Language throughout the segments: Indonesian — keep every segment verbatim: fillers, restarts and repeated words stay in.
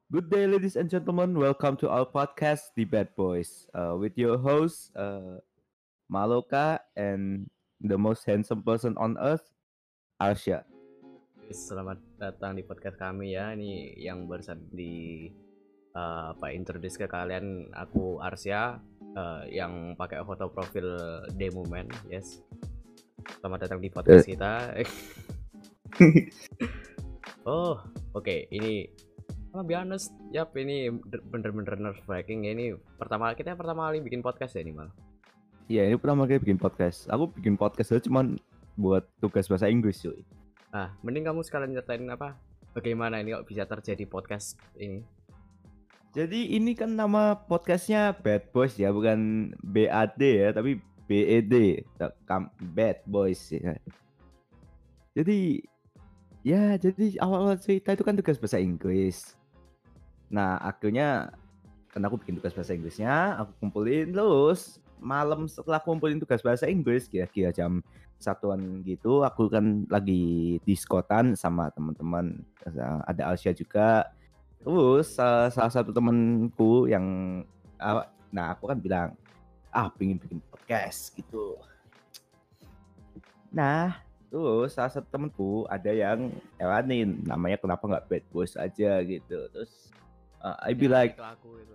Good day, ladies and gentlemen. Welcome to our podcast, The Bad Boys, uh, with your host, uh, Maloka, and the most handsome person on earth, Arsya. Selamat datang di podcast kami ya. Ini yang barusan di eh, apa introduce ke kalian, aku Arsya, eh, yang pakai foto profil Demo Man. Yes. Selamat datang di podcast kita. Oh, oke. Ini oh, be honest, yap, ini bener-bener nerve wracking ya. Ini pertama kita pertama kali bikin podcast ya ini mal. Iya, ini pertama kali bikin podcast. Aku bikin podcast aja cuman buat tugas bahasa Inggris, cuy. Ah, mending kamu sekalian nyatain apa? Bagaimana ini kok bisa terjadi podcast ini? Jadi ini kan nama podcastnya Bad Boys ya, bukan B A D ya, tapi B E D, Bad Boys ya. Jadi ya, jadi awal-awal cerita itu kan tugas bahasa Inggris. Nah, akhirnya kan aku bikin tugas bahasa Inggrisnya, aku kumpulin terus malam setelah kumpulin tugas bahasa Inggris kira-kira jam satuan gitu, aku kan lagi diskotan sama teman-teman, ada Arsya juga. Terus salah, salah satu temanku yang ah, nah aku kan bilang, ah pengen bikin podcast gitu. Nah, terus salah satu temanku ada yang elanin, namanya kenapa nggak Bad Boys aja gitu. Terus uh, I be Ya, like, itu aku itu.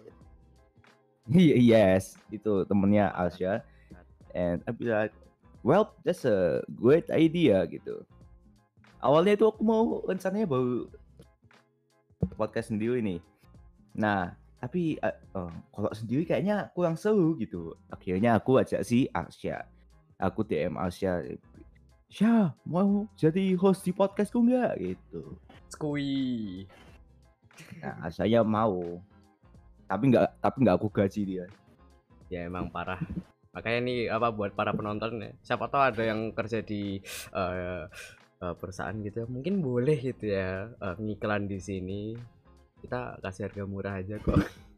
yes, itu temennya Arsya. And I be like, well, that's a great idea gitu. Awalnya itu aku mau rencananya baru podcast sendiri nih. Nah, tapi uh, uh, kalau sendiri kayaknya kurang seru gitu. Akhirnya aku ajak si Arsya. Aku D M Arsya, Syah, mau jadi host di podcastku nggak gitu. Skui. Nah, saya mau, tapi nggak tapi nggak aku gaji dia. Ya emang parah. Makanya nih apa buat para penonton ya. Siapa tahu ada yang kerja di uh, uh, perusahaan gitu ya. Mungkin boleh gitu ya uh, ngiklan di sini. Kita kasih harga murah aja kok.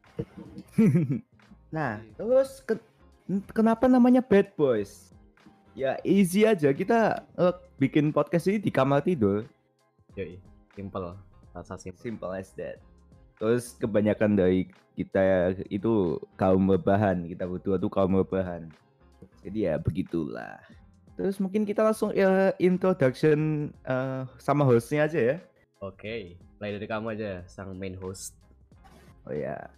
Nah, terus ke, kenapa namanya Bad Boys? Ya easy aja, kita uh, bikin podcast ini di kamar tidur. Yoi, simple. Rasa simple. Simple as that. Terus kebanyakan dari kita itu kaum rebahan, kita berdua tuh kaum rebahan. Jadi ya begitulah. Terus mungkin kita langsung uh, introduction uh, sama hostnya aja ya. Oke, mulai dari kamu aja, sang main host. Oh ya.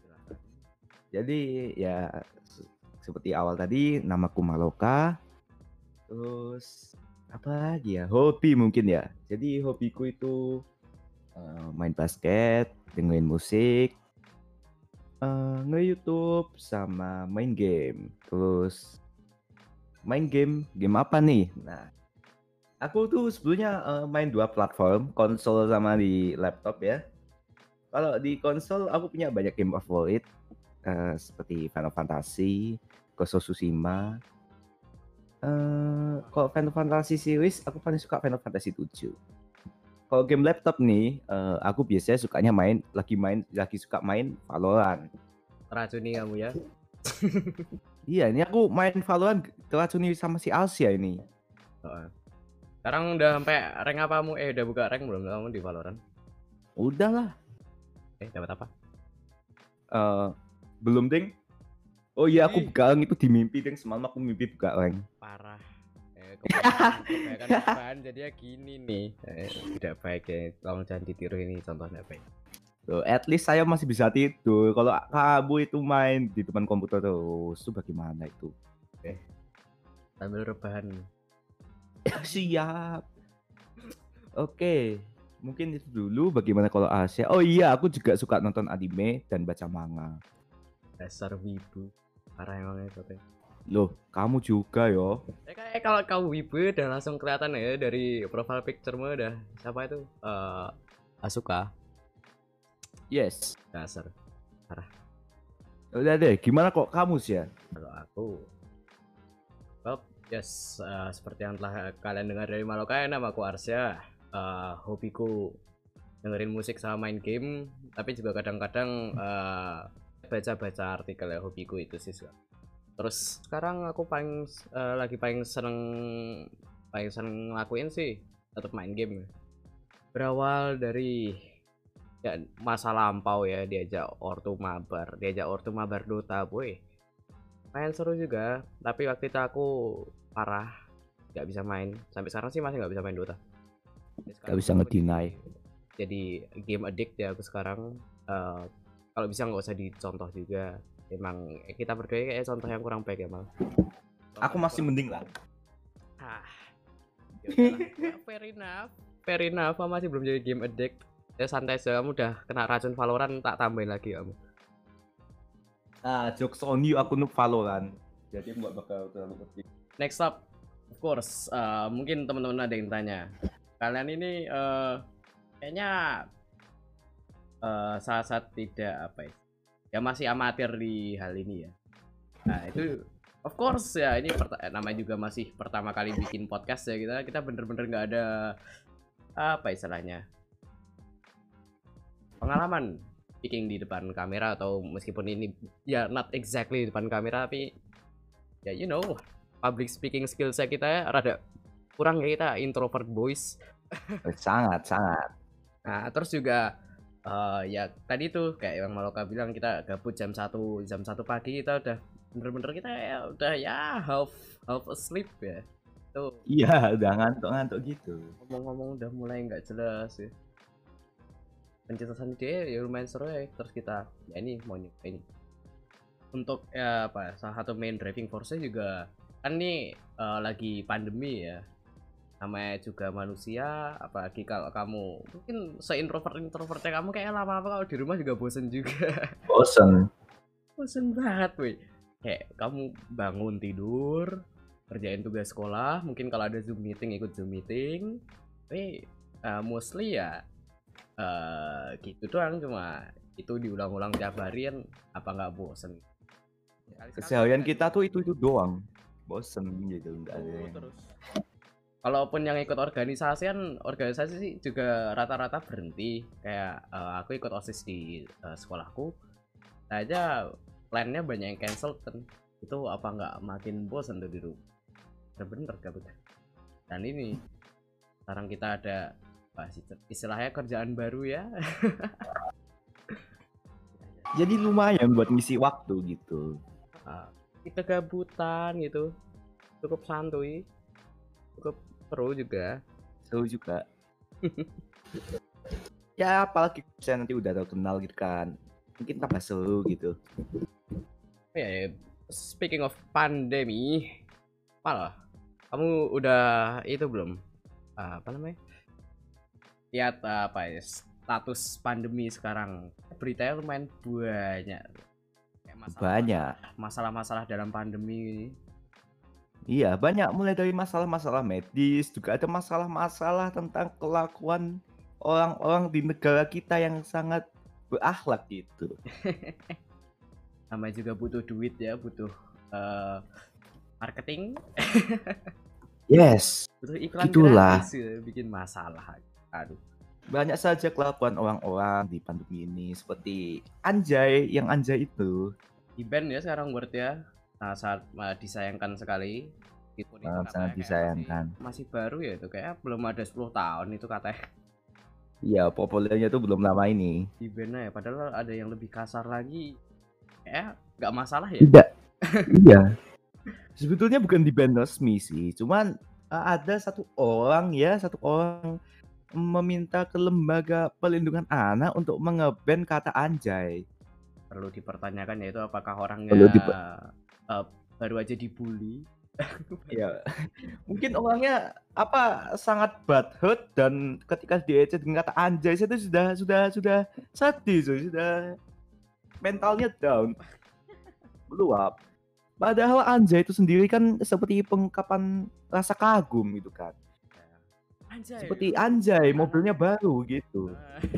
Jadi ya seperti awal tadi, namaku Maloka. Terus apa lagi ya? Hobi mungkin ya. Jadi hobiku itu uh, main basket, dengerin musik, uh, nge-YouTube sama main game. Terus main game, game apa nih? Nah, aku tuh sebelumnya uh, main dua platform, konsol sama di laptop ya. Kalau di konsol aku punya banyak game favorit uh, seperti Final Fantasy, Ghost of Tsushima. Uh, kalau Final Fantasy series aku paling suka Final Fantasy tujuh. Kalau game laptop nih, uh, aku biasanya sukanya main lagi main lagi suka main Valorant. Racuni kamu ya. Iya, ini aku main Valorant keracuni sama si Asia ini. Oh. Sekarang udah sampai rank apamu? Eh udah buka rank belum kamu di Valorant? Udah lah. Eh dapat apa? Uh, belum ding. Oh iya, aku buka rank itu di mimpi ding, semalam aku mimpi buka rank. Parah. Eh, kebanyakan kebanyakan jadi ya gini nih. Eh, tidak baik ya. Tolong jangan ditiru, ini contohnya baik. So, at least saya masih bisa tidur. Kalau kamu itu main di depan komputer terus, itu bagaimana itu? Eh, sambil rebahan. Siap. Oke, mungkin itu dulu. Bagaimana kalau Asia? Oh iya, aku juga suka nonton anime dan baca manga. Dasar wibu. Parah emangnya itu teh. Loh, kamu juga yo? Eh kayak kalau kamu wibu udah langsung kelihatan ya dari profile picture-mu udah siapa itu? Uh, Asuka. Yes. Dasar. Parah. Udah deh, gimana kok kamu sih ya? Kalau aku, well, yes, uh, seperti yang telah kalian dengar dari Maloka, nama aku Arsya. Uh, hobiku dengerin musik sama main game, tapi juga kadang-kadang uh, baca-baca artikel ya. Hobiku itu sih. Terus sekarang aku paling uh, lagi paling seneng paling seneng ngelakuin sih tetap main game. Berawal dari ya masa lampau ya, diajak ortu mabar, diajak ortu mabar Dota, boy. Main seru juga, tapi waktu itu aku parah nggak bisa main. Sampai sekarang sih masih nggak bisa main Dota. Ya, Gak sekarang bisa juga aku ngedeny. jadi jadi game addict ya aku sekarang. Eh, kalau bisa nggak usah dicontoh juga. Emang kita berdua kayak contoh yang kurang baik ya mal. Aku Contoh yang masih kurang. mending lah. Ah, ya udahlah. Ya, fair enough. Fair enough, kamu masih belum jadi game addict. Ya santai aja, kamu udah kena racun Valorant, tak tambahin lagi kamu. Ah, jokes on you, aku noob Valorant. Jadi nggak bakal terlalu penting. Next up, of course, uh, mungkin teman-teman ada yang tanya, kalian ini uh, kayaknya uh, saat-saat tidak apa ya, ya masih amatir di hal ini ya. Nah itu, of course ya, ini namanya juga masih pertama kali bikin podcast ya, kita kita bener-bener nggak ada apa istilahnya pengalaman speaking di depan kamera, atau meskipun ini ya not exactly di depan kamera, tapi ya you know public speaking skill saya kita ya rada kurang ya, kita introvert boys. Sangat, sangat. Nah terus juga uh, ya tadi tuh kayak yang Maloka bilang, kita gabut jam satu jam satu pagi, kita udah bener-bener kita ya udah ya half half asleep ya tuh. Iya, udah ngantuk-ngantuk gitu. Ngomong-ngomong udah mulai nggak jelas ya, pencetusan dia ya lumayan seru ya. Terus kita ya ini mau nyoba ini untuk ya apa, salah satu main driving force-nya juga kan nih uh, lagi pandemi ya, namanya juga manusia, apalagi kalau kamu mungkin se-introvert introvertnya kamu, kayak lama-lama kalau di rumah juga bosen juga. Bosen. Bosen banget weh, kayak kamu bangun tidur kerjain tugas sekolah, mungkin kalau ada zoom meeting ikut zoom meeting, tapi uh, mostly ya uh, gitu doang, cuma itu diulang-ulang tiap hari kan, apa nggak bosen? Keseharian kita tuh itu itu doang, bosen gitu, nggak ada yang... terus kalaupun yang ikut organisasi kan, organisasi sih juga rata-rata berhenti, kayak uh, aku ikut OSIS di uh, sekolahku aja, plannya banyak yang cancel kan, itu apa nggak makin bosan tuh di rumah, bener-bener gabut. Dan ini sekarang kita ada istilahnya kerjaan baru ya. Jadi lumayan buat ngisi waktu gitu. Kita gabutan gitu, cukup santuy, cukup seru juga. Seru juga. Ya apalagi saya nanti udah tahu kenal gitu kan, mungkin tambah seru gitu. Ya, ya speaking of pandemi, malah kamu udah itu belum uh, apa namanya, lihat uh, apa ya status pandemi sekarang? Beritanya lumayan banyak. Masalah, banyak masalah-masalah dalam pandemi ini. Iya, banyak, mulai dari masalah-masalah medis, juga ada masalah-masalah tentang kelakuan orang-orang di negara kita yang sangat berakhlak gitu. Namanya juga butuh duit ya, butuh uh, marketing. Yes, butuh iklan itulah. gratis ya, bikin masalah. Aduh. Banyak saja kelakuan orang-orang di pandemi ini, seperti Anjay, yang Anjay itu. Di ban ya sekarang Word ya. Nah, saat uh, disayangkan sekali. Itu uh, sangat disayangkan. Masih, masih baru ya itu, kayak belum ada sepuluh tahun itu katanya. Iya, populernya tuh belum lama ini. Di ban ya, padahal ada yang lebih kasar lagi. Kayak nggak masalah ya? Tidak. Iya. Sebetulnya bukan di ban resmi sih, cuman uh, ada satu orang ya, satu orang meminta ke lembaga pelindungan anak untuk mengeban kata anjay. Perlu dipertanyakan yaitu apakah orangnya diper... uh, baru aja dibully. Ya, mungkin orangnya apa sangat bad hurt, dan ketika diecek dengan kata anjay itu sudah sudah sudah sedih, sudah mentalnya down, meluap. Padahal anjay itu sendiri kan seperti pengungkapan rasa kagum gitu kan. Anjay. Seperti anjay, mobilnya baru gitu.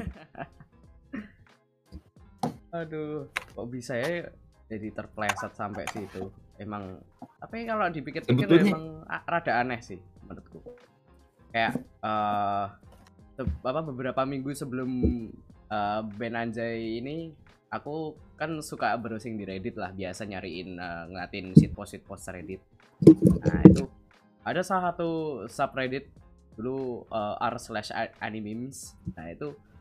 Aduh, kok bisa ya jadi terpleset sampai situ. Emang, tapi kalau dipikir-pikir Sebetulnya... emang rada aneh sih menurutku. Kayak uh, apa beberapa minggu sebelum uh, band anjay ini, aku kan suka browsing di Reddit lah, biasa nyariin uh, ngeliatin shitpost shitpost Reddit. Nah itu ada salah satu subreddit dulu uh, r slash animemes. Nah itu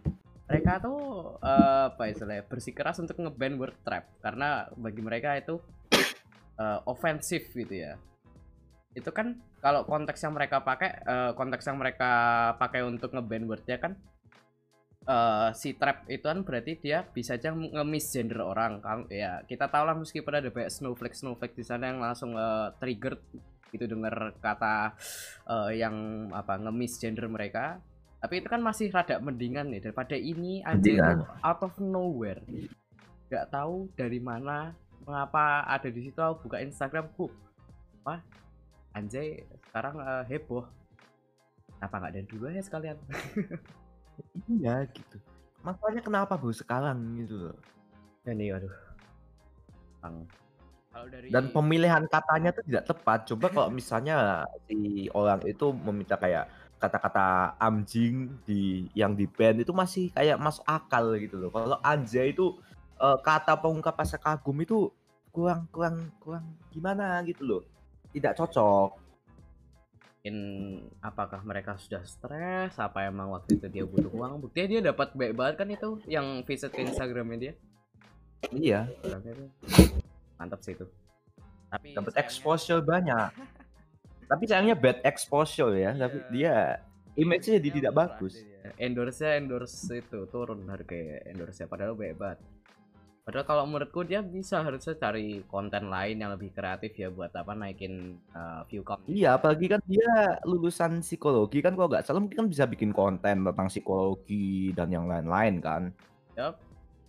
mereka tuh eh, apa istilahnya bersikeras untuk nge-ban word trap karena bagi mereka itu eh, ofensif gitu ya. Itu kan kalau konteks yang mereka pakai eh, konteks yang mereka pakai untuk nge-ban wordnya kan eh, si trap itu kan berarti dia bisa aja nge-miss gender orang kan ya. Kita tahu lah meskipun ada banyak snowflake snowflake di sana yang langsung eh, trigger itu dengar kata eh, yang apa nge-miss gender mereka, tapi itu kan masih rada mendingan nih daripada ini aja itu Mendingan. out of nowhere, nggak tahu dari mana mengapa ada di situ. Aku buka Instagram, huh, wah anjay sekarang eh, heboh, apa nggak dari dulu ya sekalian. Iya gitu. Masalahnya kenapa baru sekarang gitu loh. Ya nih aduh bang, kalau dari Dan pemilihan katanya tuh tidak tepat. Coba kalau misalnya si orang itu meminta kayak kata-kata anjing di yang di-ban itu masih kayak masuk akal gitu loh. Kalau anjay itu eh, kata pengungkap rasa kagum itu kurang kurang kurang gimana gitu loh. Tidak cocok. mungkin apakah mereka sudah stres, apa emang waktu itu dia butuh uang, buktinya dia dapat baik banget kan itu yang visit ke Instagramnya dia. Iya, Orangnya tuh mantap sih itu, tapi dapat sayangnya exposure banyak. Tapi sayangnya bad exposure ya. Tapi iya dia image-nya jadi image-nya tidak murah bagus. dia. Endorse-nya endorse itu turun harga endorse-nya padahal baik banget. Padahal kalau menurutku dia bisa harusnya cari konten lain yang lebih kreatif ya buat apa naikin uh, view count-nya Iya, dia. apalagi kan dia lulusan psikologi kan kalau nggak salah mungkin kan bisa bikin konten tentang psikologi dan yang lain-lain kan. Yup.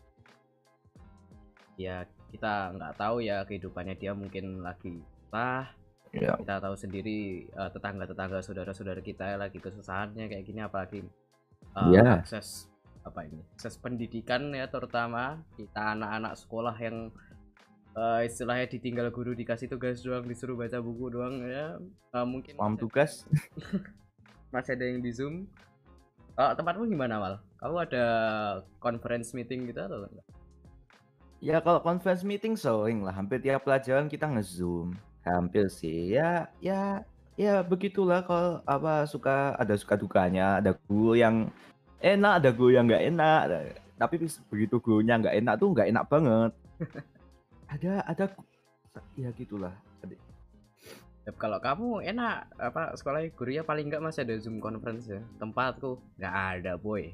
Ya kita nggak tahu ya kehidupannya dia mungkin lagi lah. Iya. Kita tahu sendiri uh, tetangga-tetangga saudara-saudara kita lagi kesusahannya kayak gini, apalagi uh, Iya. akses apa ini akses pendidikan ya, terutama kita anak-anak sekolah yang uh, istilahnya ditinggal guru, dikasih tugas doang, disuruh baca buku doang ya. Uh, mungkin Paham masih, tugas. masih ada yang di Zoom. Uh, tempatmu gimana, Mal? Kamu ada conference meeting gitu atau enggak? Ya kalau conference meeting sering lah, hampir tiap pelajaran kita nge-Zoom. Hampir sih. Ya ya ya begitulah kalau apa suka ada suka dukanya, ada guru yang enak, ada guru yang nggak enak. Tapi begitu gurunya nggak enak tuh nggak enak banget. Ada ada ya gitulah. Ya, kalau kamu enak apa sekolahnya gurunya paling enggak masih ada Zoom conference ya. Tempatku nggak ada boy.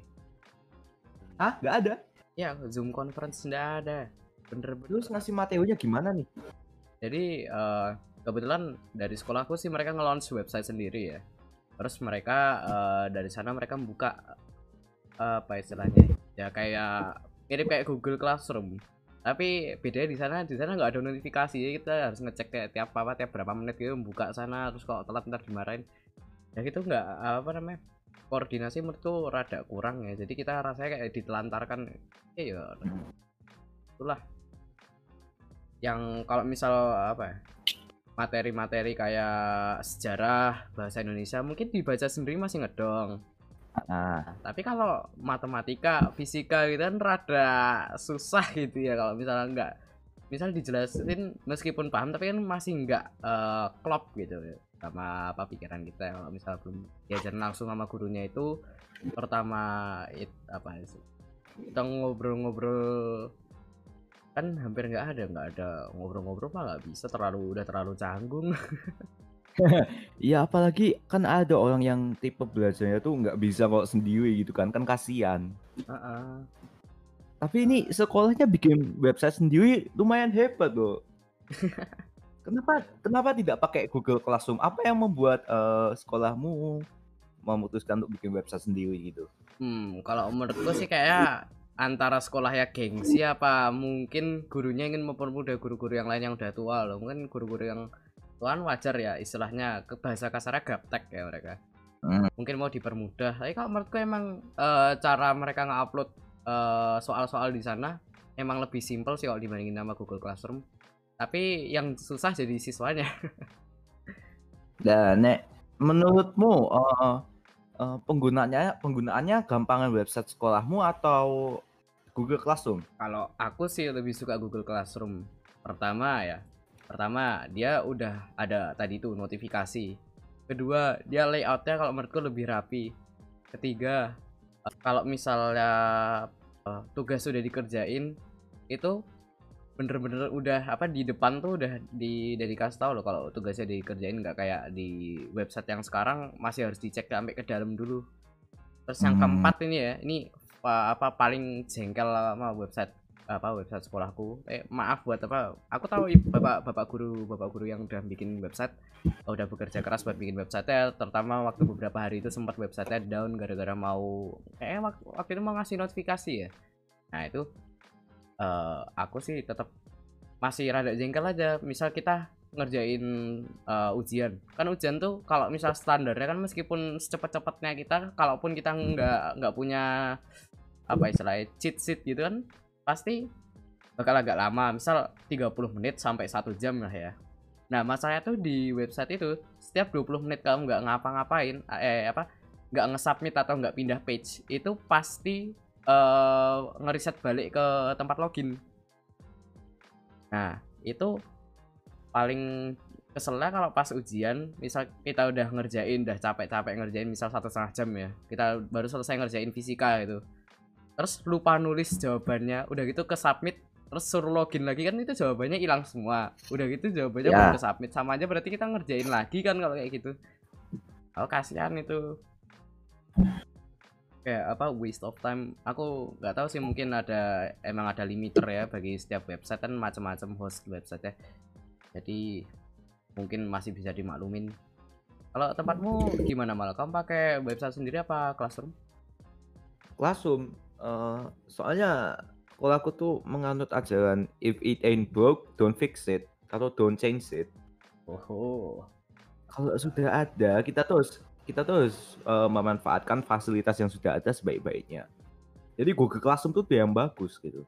Ah, nggak ada. Ya Zoom conference nggak ada. Bener-bener. Terus ngasih materinya gimana nih? Jadi uh, kebetulan dari sekolahku sih mereka nge-launch website sendiri ya. Terus mereka uh, dari sana mereka membuka uh, apa istilahnya? Ya kayak mirip kayak Google Classroom. Tapi bedanya di sana di sana nggak ada notifikasi, kita harus ngecek kayak tiap apa tiap berapa menit gitu membuka sana, terus kalau telat ntar dimarahin. Ya gitu nggak apa namanya? Koordinasi menurutku rada kurang ya. Jadi kita rasanya kayak ditelantarkan. Ya ya itulah. Yang kalau misal apa ya, materi-materi kayak sejarah, bahasa Indonesia mungkin dibaca sendiri masih ngedong. Nah, Tapi kalau matematika, fisika gitu kan rada susah gitu ya kalau misalnya enggak, misal dijelasin meskipun paham tapi kan masih enggak uh, klop gitu ya sama apa pikiran kita. Kalau misal belum diajarin langsung sama gurunya itu pertama it, apa sih, kita ngobrol-ngobrol kan hampir nggak ada nggak ada ngobrol-ngobrol mah nggak bisa, terlalu udah terlalu canggung. iya apalagi kan ada orang yang tipe belajarnya tuh nggak bisa kok sendiri gitu kan, kan kasihan. Uh-uh. Tapi ini sekolahnya bikin website sendiri lumayan hebat loh. Kenapa kenapa tidak pakai Google Classroom? Apa yang membuat uh, sekolahmu memutuskan untuk bikin website sendiri gitu? Hmm, kalau menurutku sih kayak antara sekolah ya gengsi apa mungkin gurunya ingin mempermudah guru-guru yang lain yang udah tua loh. Mungkin guru-guru yang tuaan wajar ya istilahnya ke bahasa kasarnya gaptek ya mereka. Hmm. Mungkin mau dipermudah. Tapi kalau menurutku emang uh, cara mereka nge-upload uh, soal-soal di sana emang lebih simpel sih kalau dibandingin sama Google Classroom. Tapi yang susah jadi siswanya. Dan nek menurutmu uh, uh, penggunaannya penggunaannya gampangan website sekolahmu atau Google Classroom? Kalau aku sih lebih suka Google Classroom. Pertama ya, pertama dia udah ada tadi tuh notifikasi. Kedua dia layoutnya kalau menurutku lebih rapi. Ketiga kalau misalnya uh, tugas sudah dikerjain itu bener-bener udah apa di depan tuh udah di udah dikasih tahu loh kalau tugasnya dikerjain, nggak kayak di website yang sekarang masih harus dicek sampai ke dalam dulu. Terus yang Hmm, keempat ini ya, ini uh, apa paling jengkel sama website apa website sekolahku. Eh maaf buat apa? Aku tahu i- bapak bapak guru bapak guru yang udah bikin website uh, udah bekerja keras buat bikin website, terutama waktu beberapa hari itu sempat website down gara-gara mau eh waktu, waktu itu mau ngasih notifikasi ya. Nah itu eh, aku sih tetap masih rada jengkel aja. Misal kita ngerjain eh, ujian, kan ujian tuh kalau misal standarnya kan meskipun secepat-cepatnya kita, kalaupun kita nggak nggak punya apa istilahnya cheat sheet gitu kan, pasti bakal agak lama, misal tiga puluh menit sampai satu jam lah ya. Nah masalahnya tuh di website itu setiap dua puluh menit kamu nggak ngapa-ngapain, eh apa nggak nge-submit atau nggak pindah page, itu pasti eh ngeriset balik ke tempat login. Nah itu paling keselnya kalau pas ujian, misal kita udah ngerjain, udah capek-capek ngerjain, misal satu setengah jam ya, kita baru selesai ngerjain fisika itu, terus lupa nulis jawabannya, udah gitu ke submit, terus suruh login lagi, kan itu jawabannya hilang semua, udah gitu jawabannya belum ya, ke submit, sama aja berarti kita ngerjain lagi kan kalau kayak gitu. Oh kasihan itu, kayak apa waste of time. Aku nggak tahu sih, mungkin ada emang ada limiter ya bagi setiap website, kan macam-macam host website ya, jadi mungkin masih bisa dimaklumin. Kalau tempatmu gimana, malah kamu pakai website sendiri apa Classroom? Classroom. Eh, soalnya kalau aku tuh menganut ajaran if it ain't broke, don't fix it atau don't change it. Oh, Kalau sudah ada, kita terus kita terus eh, memanfaatkan fasilitas yang sudah ada sebaik-baiknya. Jadi Google Classroom tuh dia yang bagus gitu.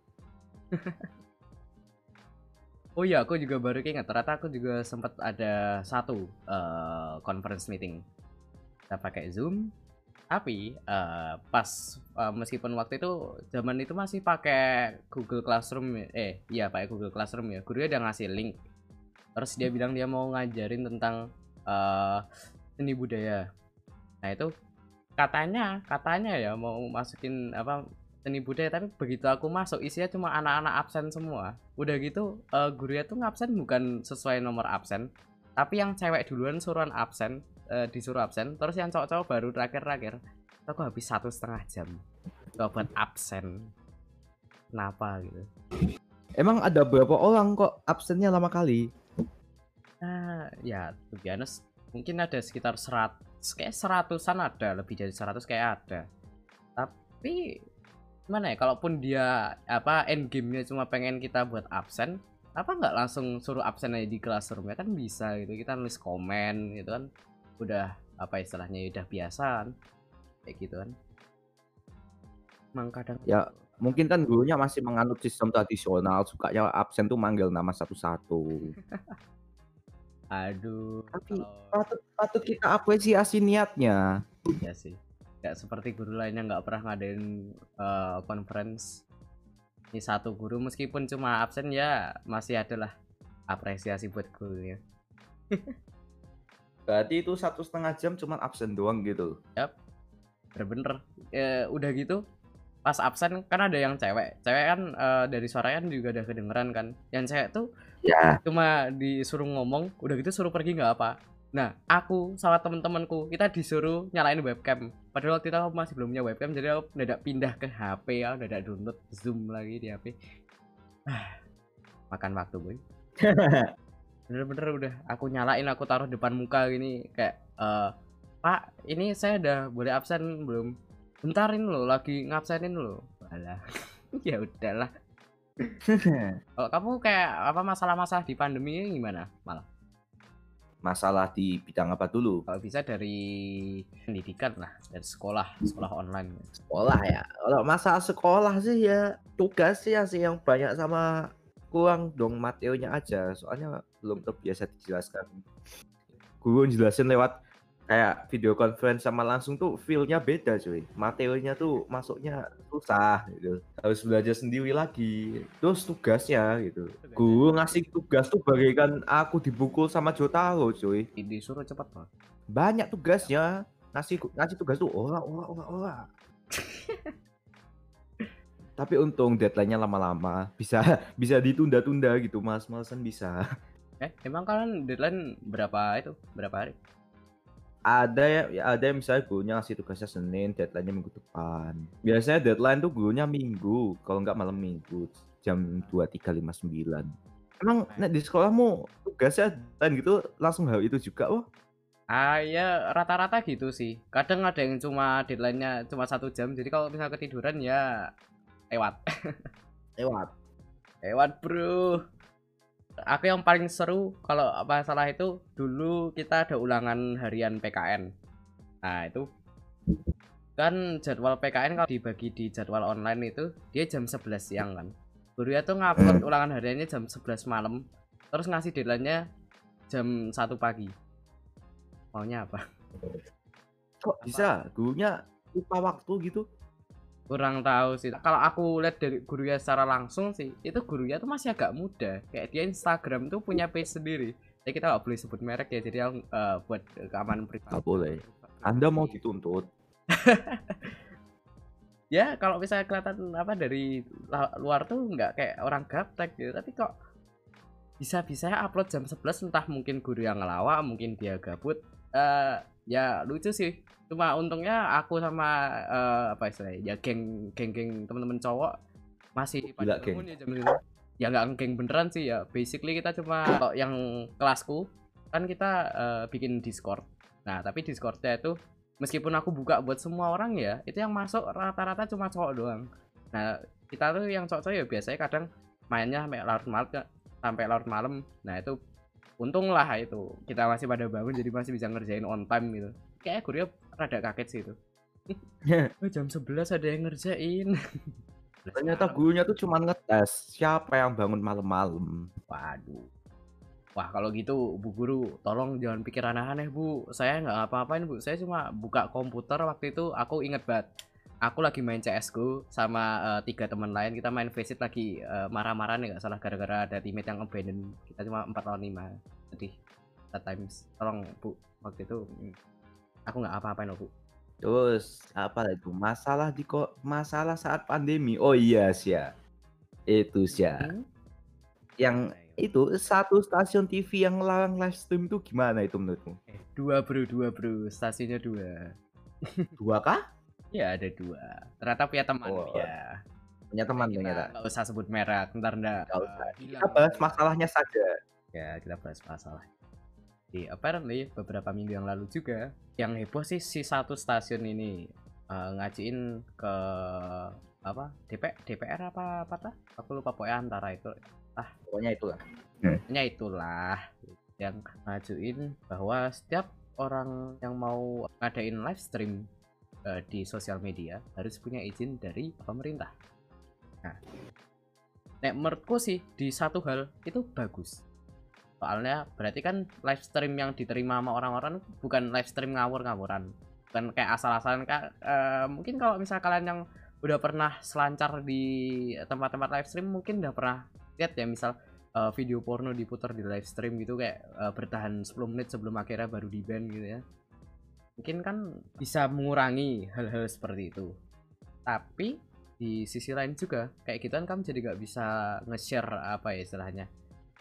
oh iya, aku juga baru ingat. Ternyata aku juga sempat ada satu eh, conference meeting. Kita pakai Zoom, tapi eh, pas eh, meskipun waktu itu zaman itu masih pakai Google Classroom, ya- eh iya pakai Google Classroom ya. Gurunya udah ngasih link. Terus dia bilang dia mau ngajarin tentang eh, seni budaya. Nah itu katanya katanya ya mau masukin apa seni budaya, tapi begitu aku masuk isinya cuma anak-anak absen semua. Udah gitu eh, gurunya tuh ngabsen bukan sesuai nomor absen, tapi yang cewek duluan suruhan absen, eh, disuruh absen, terus yang cowok-cowok baru terakhir-terakhir. Aku habis satu setengah jam coba buat absen, kenapa gitu. Emang ada berapa orang kok absennya lama kali? Nah ya to be honest, mungkin ada sekitar seratus, kayak seratusan, ada lebih dari seratus kayak ada. Tapi gimana ya, kalaupun dia apa end game-nya cuma pengen kita buat absen, apa nggak langsung suruh absen aja di classroom ya, kan bisa gitu, kita nulis komen gitu kan, udah apa istilahnya udah biasa kan, kayak gitu kan. Emang kadang Ya mungkin kan gurunya masih menganut sistem tradisional, sukanya absen tuh manggil nama satu-satu. aduh Tapi kalau patut patut kita apresiasi niatnya. ya sih nggak seperti guru lainnya nggak pernah ngadain eh, conference. Ini satu guru meskipun cuma absen ya masih adalah apresiasi buat gurunya. Berarti itu satu setengah jam cuma absen doang gitu. Yap, bener-bener. Eh, udah gitu pas absen kan ada yang cewek cewek kan, eh, dari suaranya kan juga udah kedengeran kan, yang cewek tuh Ya. cuma disuruh ngomong udah gitu suruh pergi nggak apa. Nah aku sama temen-temenku kita disuruh nyalain webcam, padahal waktu itu aku masih belum punya webcam, jadi aku mendadak pindah ke H P, aku mendadak download Zoom lagi di H P. Makan waktu boy, bener-bener udah aku nyalain, aku taruh depan muka gini kayak eh Pak, ini saya udah boleh absen belum? Bentarin lo, lagi ngabsenin lo. Alah, ya udahlah. Kalau kamu kayak apa masalah-masalah di pandemi ini gimana? Malah Masalah di bidang apa dulu? kalau bisa dari pendidikan lah, dari sekolah, sekolah online. Sekolah ya. Kalau masalah sekolah sih ya tugas sih ya sih yang banyak sama kurang dong materinya aja. Soalnya belum terbiasa dijelaskan. Guru jelasin lewat kayak video conference sama langsung tuh feel-nya beda cuy. Materinya tuh masuknya susah gitu. Harus belajar sendiri lagi. Terus tugasnya gitu. Guru ngasih tugas tuh bagaikan aku dibukul sama Jotaro cuy. Disuruh cepat Pak. Banyak tugasnya. Ngasih ngasih tugas tuh ora ora ora ora. Tapi untung deadline-nya lama-lama, bisa bisa ditunda-tunda gitu, males-malesan bisa. Eh, emang kalian deadline berapa itu? Berapa hari? Ada ya ya ada yang misalnya gurunya ngasih tugasnya Senin, deadline-nya minggu depan. Biasanya deadline tuh gurunya Minggu, kalau nggak malam Minggu, jam dua tiga lima sembilan. Emang Nah, nek di sekolahmu tugasnya deadline gitu langsung hari itu juga? Oh, ah, ya rata-rata gitu sih. Kadang ada yang cuma deadline-nya cuma satu jam. Jadi kalau misalnya ketiduran ya lewat. lewat. Lewat, Bro. Aku yang paling seru kalau masalah itu dulu kita ada ulangan harian P K N. Nah, itu kan jadwal P K N kalau dibagi di jadwal online itu dia jam sebelas siang kan. Gurunya tuh ngupload ulangan hariannya jam sebelas malam. Terus ngasih deadline-nya jam satu pagi. Maunya apa? Kok bisa gurunya lupa waktu gitu? Kurang tahu sih. Kalau aku lihat dari gurunya secara langsung sih, itu gurunya tuh masih agak muda. Kayak dia Instagram tuh punya page sendiri. Ya kita nggak boleh sebut merek ya. Jadi aku eh, buat keamanan pribadi. Nggak boleh. Anda mau dituntut. Ya kalau misalnya kelihatan apa dari la- luar tuh nggak kayak orang gaptek gitu. Tapi kok bisa-bisa upload jam sebelas, entah mungkin guru yang ngelawak, mungkin dia gabut. Eh ya lucu sih. Cuma untungnya aku sama eh, apa istilahnya ya geng geng geng temen-temen cowok masih pada Gila, geng. bangun ya jam itu. Ya nggak geng beneran sih ya. Basically kita cuma kalau yang kelasku kan kita eh, bikin Discord. Nah tapi Discordnya itu meskipun aku buka buat semua orang ya, itu yang masuk rata-rata cuma cowok doang. Nah kita tuh yang cowok-cowok ya biasanya kadang mainnya sampai larut malam sampai larut malam. Nah itu untung lah itu kita masih pada bangun jadi masih bisa ngerjain on time gitu. Kayak gurunya rada kaget sih itu. Oh, jam sebelas ada yang ngerjain. Ternyata gurunya tuh cuma ngetes siapa yang bangun malam-malam. Waduh. Wah kalau gitu Bu Guru tolong jangan pikir aneh-aneh Bu. Saya nggak apa-apain Bu. Saya cuma buka komputer waktu itu aku inget banget. Aku lagi main C S G O sama eh, tiga teman lain. Kita main Faceit lagi eh, marah-marah nih nggak salah gara-gara ada teammate yang abandon. Kita cuma empat lawan lima. Sedih. That times. Tolong Bu. Waktu itu mm, aku nggak apa-apain loh Bu. Terus apa itu masalah di kok masalah saat pandemi. Oh iya sih ya. Itu sih ya. Hmm? Yang itu satu stasiun T V yang larang live stream itu gimana itu menurutmu? Eh, dua bro, dua bro. Stasiunnya dua. Dua kah? Ya ada dua. Ternyata punya teman Oh, ya. punya teman Kita ternyata. nggak usah sebut merek. Ntar ndak Nggak eh, usah. hilang. Kita bahas masalahnya saja. Ya kita bahas masalah. Di apparently beberapa minggu yang lalu juga yang heboh sih si satu stasiun ini eh, ngajuin ke apa D P, D P R apa apa tah? Aku lupa pokoknya antara itu. Ah, Pokoknya itulah. pokoknya itulah yang ngajuin bahwa setiap orang yang mau ngadain live stream eh, di sosial media harus punya izin dari pemerintah. Nah, nek menurutku sih di satu hal itu bagus. Soalnya berarti kan live stream yang diterima sama orang-orang bukan live stream ngawur-ngawuran. Bukan kayak asal-asalan kak. Eh, mungkin kalau misalnya kalian yang udah pernah selancar di tempat-tempat live stream mungkin udah pernah lihat ya misal eh, video porno diputar di live stream gitu kayak eh, bertahan sepuluh menit sebelum akhirnya baru di ban gitu ya. Mungkin kan bisa mengurangi hal-hal seperti itu. Tapi di sisi lain juga kayak gitu kan kamu jadi nggak bisa nge-share apa ya istilahnya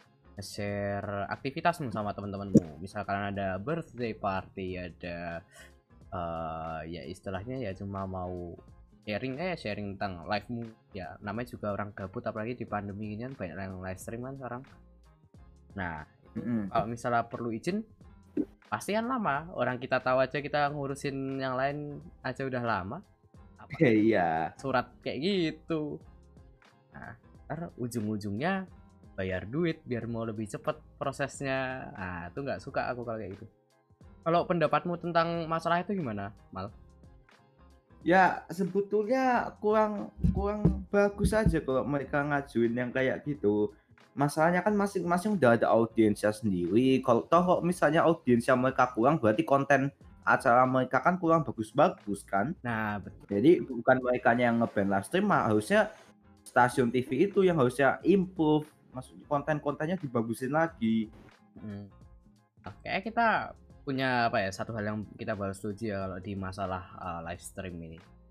share aktivitasmu sama teman-temanmu. Misalkan ada birthday party, ada uh, ya istilahnya ya cuma mau sharing eh sharing tentang live-mu. Ya namanya juga orang gabut apalagi di pandemi ini kan banyak yang live stream kan sekarang. Nah, itu Mm-mm. kalau misalnya perlu izin pasti kan lama. Orang kita tahu aja kita ngurusin yang lain aja udah lama. Apa Iya. surat kayak gitu. Nah, ntar ujung-ujungnya bayar duit biar mau lebih cepat prosesnya. Nah, itu nggak suka aku kalau kayak gitu. Kalau pendapatmu tentang masalah itu gimana, Mal? Ya sebetulnya kurang kurang bagus aja kalau mereka ngajuin yang kayak gitu. Masalahnya kan masing-masing udah ada audiensnya sendiri. Kalau toh kok misalnya audiensnya mereka kurang berarti konten acara mereka kan kurang bagus-bagus kan. Nah, betul. Jadi bukan mereka yang nge-ban live stream, harusnya stasiun T V itu yang harusnya improve. Maksudnya konten-kontennya dibagusin lagi. Hmm. Nah, kayak kita punya apa ya satu hal yang kita bahas setuju ya kalau di masalah uh, live stream ini.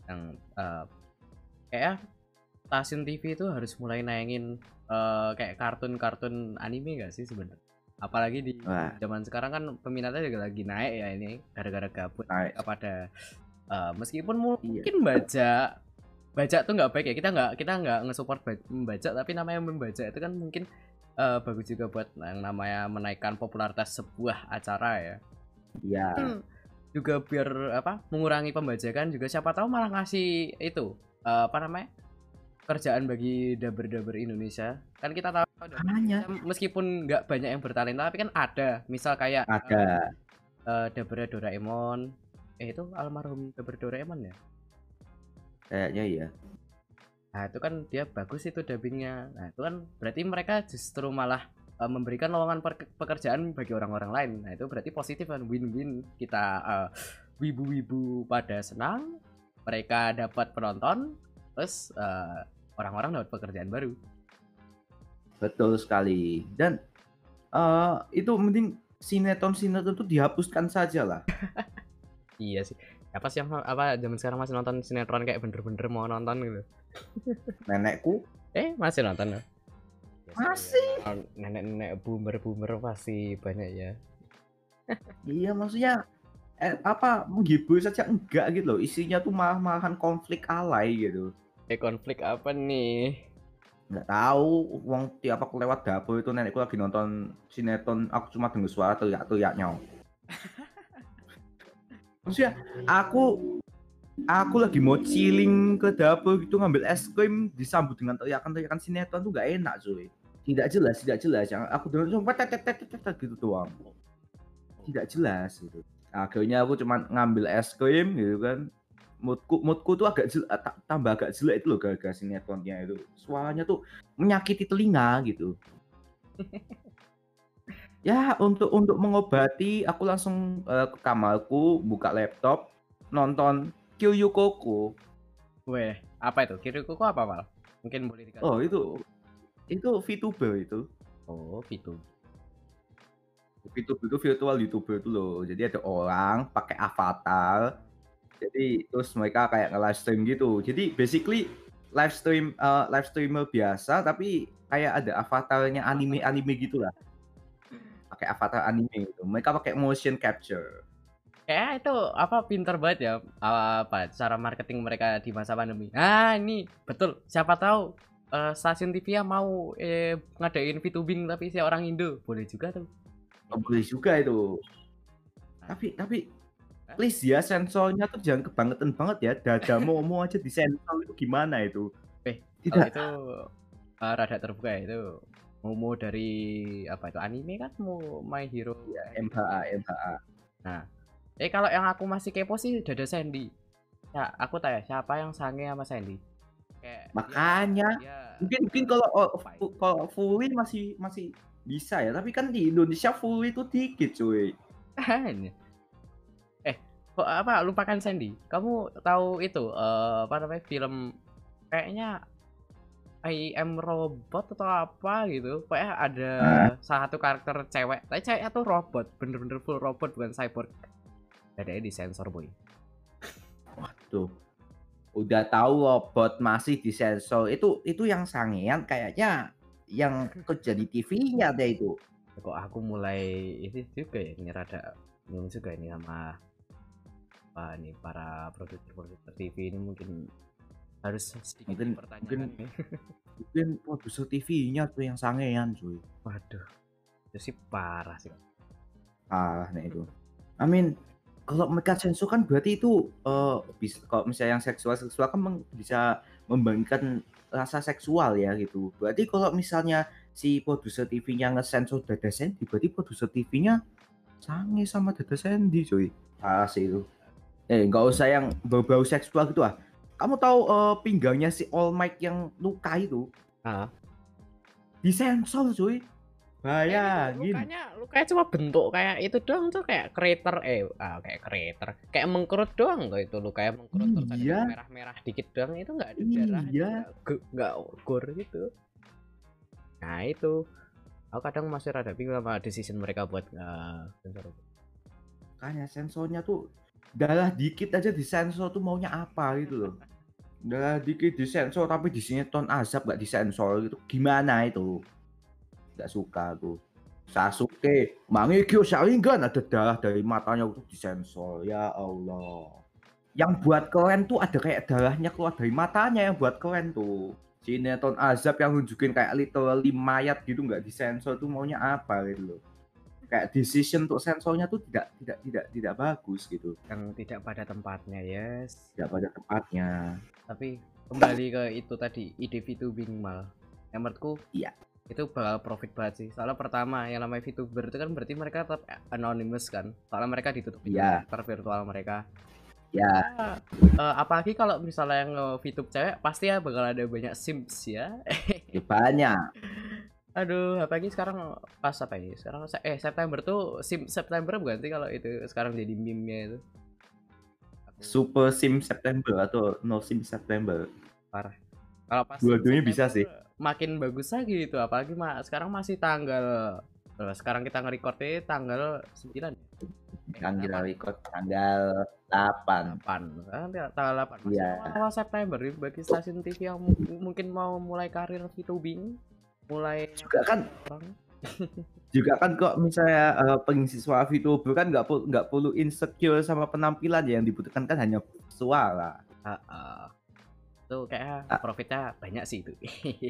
yang uh, kayak stasiun T V itu harus mulai nayangin uh, kayak kartun-kartun anime gak sih sebenarnya? Apalagi di Wah, zaman sekarang kan peminatnya juga lagi naik ya ini gara-gara gabut naik. kepada uh, meskipun Iya. mungkin baca baca tuh nggak baik ya, kita nggak kita nggak nge-support ba- membaca, tapi namanya membaca itu kan mungkin uh, bagus juga buat yang namanya menaikkan popularitas sebuah acara ya. Iya. Hmm, juga biar apa mengurangi pembajakan juga, siapa tahu malah ngasih itu uh, apa namanya kerjaan bagi dubber-dubber Indonesia. Kan kita tahu dubber Makanya Indonesia meskipun nggak banyak yang bertalenta tapi kan ada, misal kayak uh, ada. uh, dubber Doraemon, eh itu almarhum dubber Doraemon ya. Kayaknya iya. Nah itu kan dia bagus itu dubbingnya. Nah itu kan berarti mereka justru malah uh, memberikan lowongan per- pekerjaan bagi orang-orang lain. Nah itu berarti positif kan, win-win. Kita uh, wibu-wibu pada senang, mereka dapat penonton, terus uh, orang-orang dapat pekerjaan baru. Betul sekali. Dan uh, itu mending sinetron-sinetron itu dihapuskan saja lah. Iya sih. Apa sih yang apa zaman sekarang masih nonton sinetron kayak bener-bener mau nonton gitu? Nenekku Eh masih nonton ya? masih. Ya, nenek-nenek boomer-boomer pasti banyak ya. Iya, maksudnya eh, apa menghibur saja enggak gitu loh. Isinya tuh malah-malahan konflik alay gitu. Eh konflik apa nih? Nggak tahu, uang tiap aku lewat dapur itu nenekku lagi nonton sinetron, aku cuma dengar suara teriak-teriaknya. Maksudnya aku aku lagi mau chilling ke dapur gitu ngambil es krim disambut dengan teriakan-teriakan sinetron tuh nggak enak cuy. Tidak jelas, tidak jelas. Yang aku dengar cuma tet tet tet tet gitu doang. Tidak jelas gitu. Akhirnya aku cuma ngambil es krim gitu kan. Moodku moodku tuh agak jel, tambah agak jelek itu loh gara-gara sinetronnya itu. Suaranya tuh menyakiti telinga gitu. Ya untuk untuk mengobati aku langsung uh, ke kamarku, buka laptop, nonton Kyu Koko. Weh, apa itu? Kiriku kok apa mal? Mungkin boleh dikasih. Oh itu itu VTuber itu. Oh, itu. VTuber itu virtual YouTuber itu loh. Jadi ada orang pakai avatar. Jadi terus mereka kayak nge-live stream gitu. Jadi basically live stream uh, live streamer biasa tapi kayak ada avatarnya anime-anime gitu lah. Pakai avatar anime gitu. Mereka pakai motion capture. Kayak itu apa pinter banget ya apa cara marketing mereka di masa pandemi. Ah, ini betul. Siapa tahu uh, stasiun T V ya mau eh, ngadain VTubing tapi si orang Indo. Boleh juga tuh. Oh, boleh juga itu. Tapi tapi please ya sensornya tuh jangan kebangetan banget ya. Dada Momo aja disensor itu gimana itu? Eh, Tidak. itu uh, rada terbuka ya itu. Momo dari apa itu anime kan mau My Hero Ya, M H A M H A. Nah, eh kalau yang aku masih kepo sih Dada Sandy. Ya, aku tanya siapa yang sange sama Sandy? Kayak Makanya dia, dia mungkin mungkin uh, kalau oh, apa ya? fu- kalau fully masih masih bisa ya, tapi kan di Indonesia fully itu dikit cuy. eh, kok apa lupakan Sandy? Kamu tahu itu uh, apa namanya film kayaknya I Am Robot atau apa gitu? Pokoknya ada Nah, salah satu karakter cewek, tapi cewek atau robot, bener-bener full robot bukan cyborg. Dadanya disensor boy. tuh. Udah tahu robot masih disensor. Itu itu yang sangean kayaknya yang kerja di T V-nya deh itu. Kok aku mulai ini juga ya, ini rada bingung juga ini sama apa nih para produser-produser T V ini mungkin harus sedikit Mungkin mungkin dipertanyakan nih. mungkin produser T V-nya tuh yang sangean cuy. Waduh, itu sih parah sih. Ah, nah itu. I mean, kalau mereka sensor kan berarti itu eh bisa kalau misalnya yang seksual-seksual kan meng- bisa membangkitkan rasa seksual ya gitu. Berarti kalau misalnya si produser T V-nya ngesensor Dada Sandy, berarti produser T V-nya sange sama Dada Sandy, cuy. Ah sih itu. Eh, nggak usah yang bau-bau seksual gitu ah. Kamu tahu eh, pinggangnya si All Might yang luka itu Ah, disensor, cuy. eh itu Bayangin. lukanya lukanya cuma bentuk kayak itu doang tuh, kayak crater eh ah, kayak crater kayak mengkerut doang kok itu lukanya mengkerut, terus ada Iya, merah-merah dikit doang, itu nggak ada darahnya, iya. nggak ge- nggak gore gitu. Nah itu aku kadang masih rada bingung sama decision mereka buat uh, sensor itu. Makanya sensornya tuh Darah dikit aja disensor tuh maunya apa gitu loh. Darah dikit disensor tapi di sinetron Azab nggak disensor gitu, gimana itu? Nggak suka aku. Sasuke, Mangekyo Sharingan ada darah dari matanya itu disensor, ya Allah. Yang buat keren tuh ada kayak darahnya keluar dari matanya yang buat keren tuh. Sinetron Azab yang nunjukin kayak literally mayat gitu nggak disensor tuh maunya apa gitu loh. Kayak decision untuk sensornya tuh tidak tidak tidak tidak bagus gitu. Yang tidak pada tempatnya, yes. Tidak pada tempatnya. Tapi kembali ke itu tadi, ide VTubing mal. Yang menurutku Iya. itu bakal profit banget sih. Soalnya pertama yang namanya VTuber itu kan berarti mereka tetap anonymous kan. Soalnya mereka ditutup Iya. karakter virtual mereka. Ya. Uh, apalagi kalau misalnya yang VTube cewek pasti ya bakal ada banyak simps ya. Ya banyak. Aduh, apalagi sekarang pas apa ya? Sekarang eh September tuh sim September bukan sih kalau itu sekarang jadi meme-nya itu. Super Sim September atau No Sim September. Parah. Kalau pas dua-duanya bisa sih. Makin bagus lagi itu, apalagi mah sekarang masih tanggal sekarang kita nge-record tanggal sembilan. Tanggal record tanggal delapan. delapan. Tanggal delapan. Masih Iya. awal September bagi stasiun T V yang mungkin mau mulai karir VTubing, mulai juga kan orang. juga kan kok misalnya uh, pengisi suara VTuber kan nggak perlu nggak perlu insecure sama penampilan ya, yang dibutuhkan kan hanya suara. Uh, uh. Tuh kayak uh. profitnya banyak sih itu.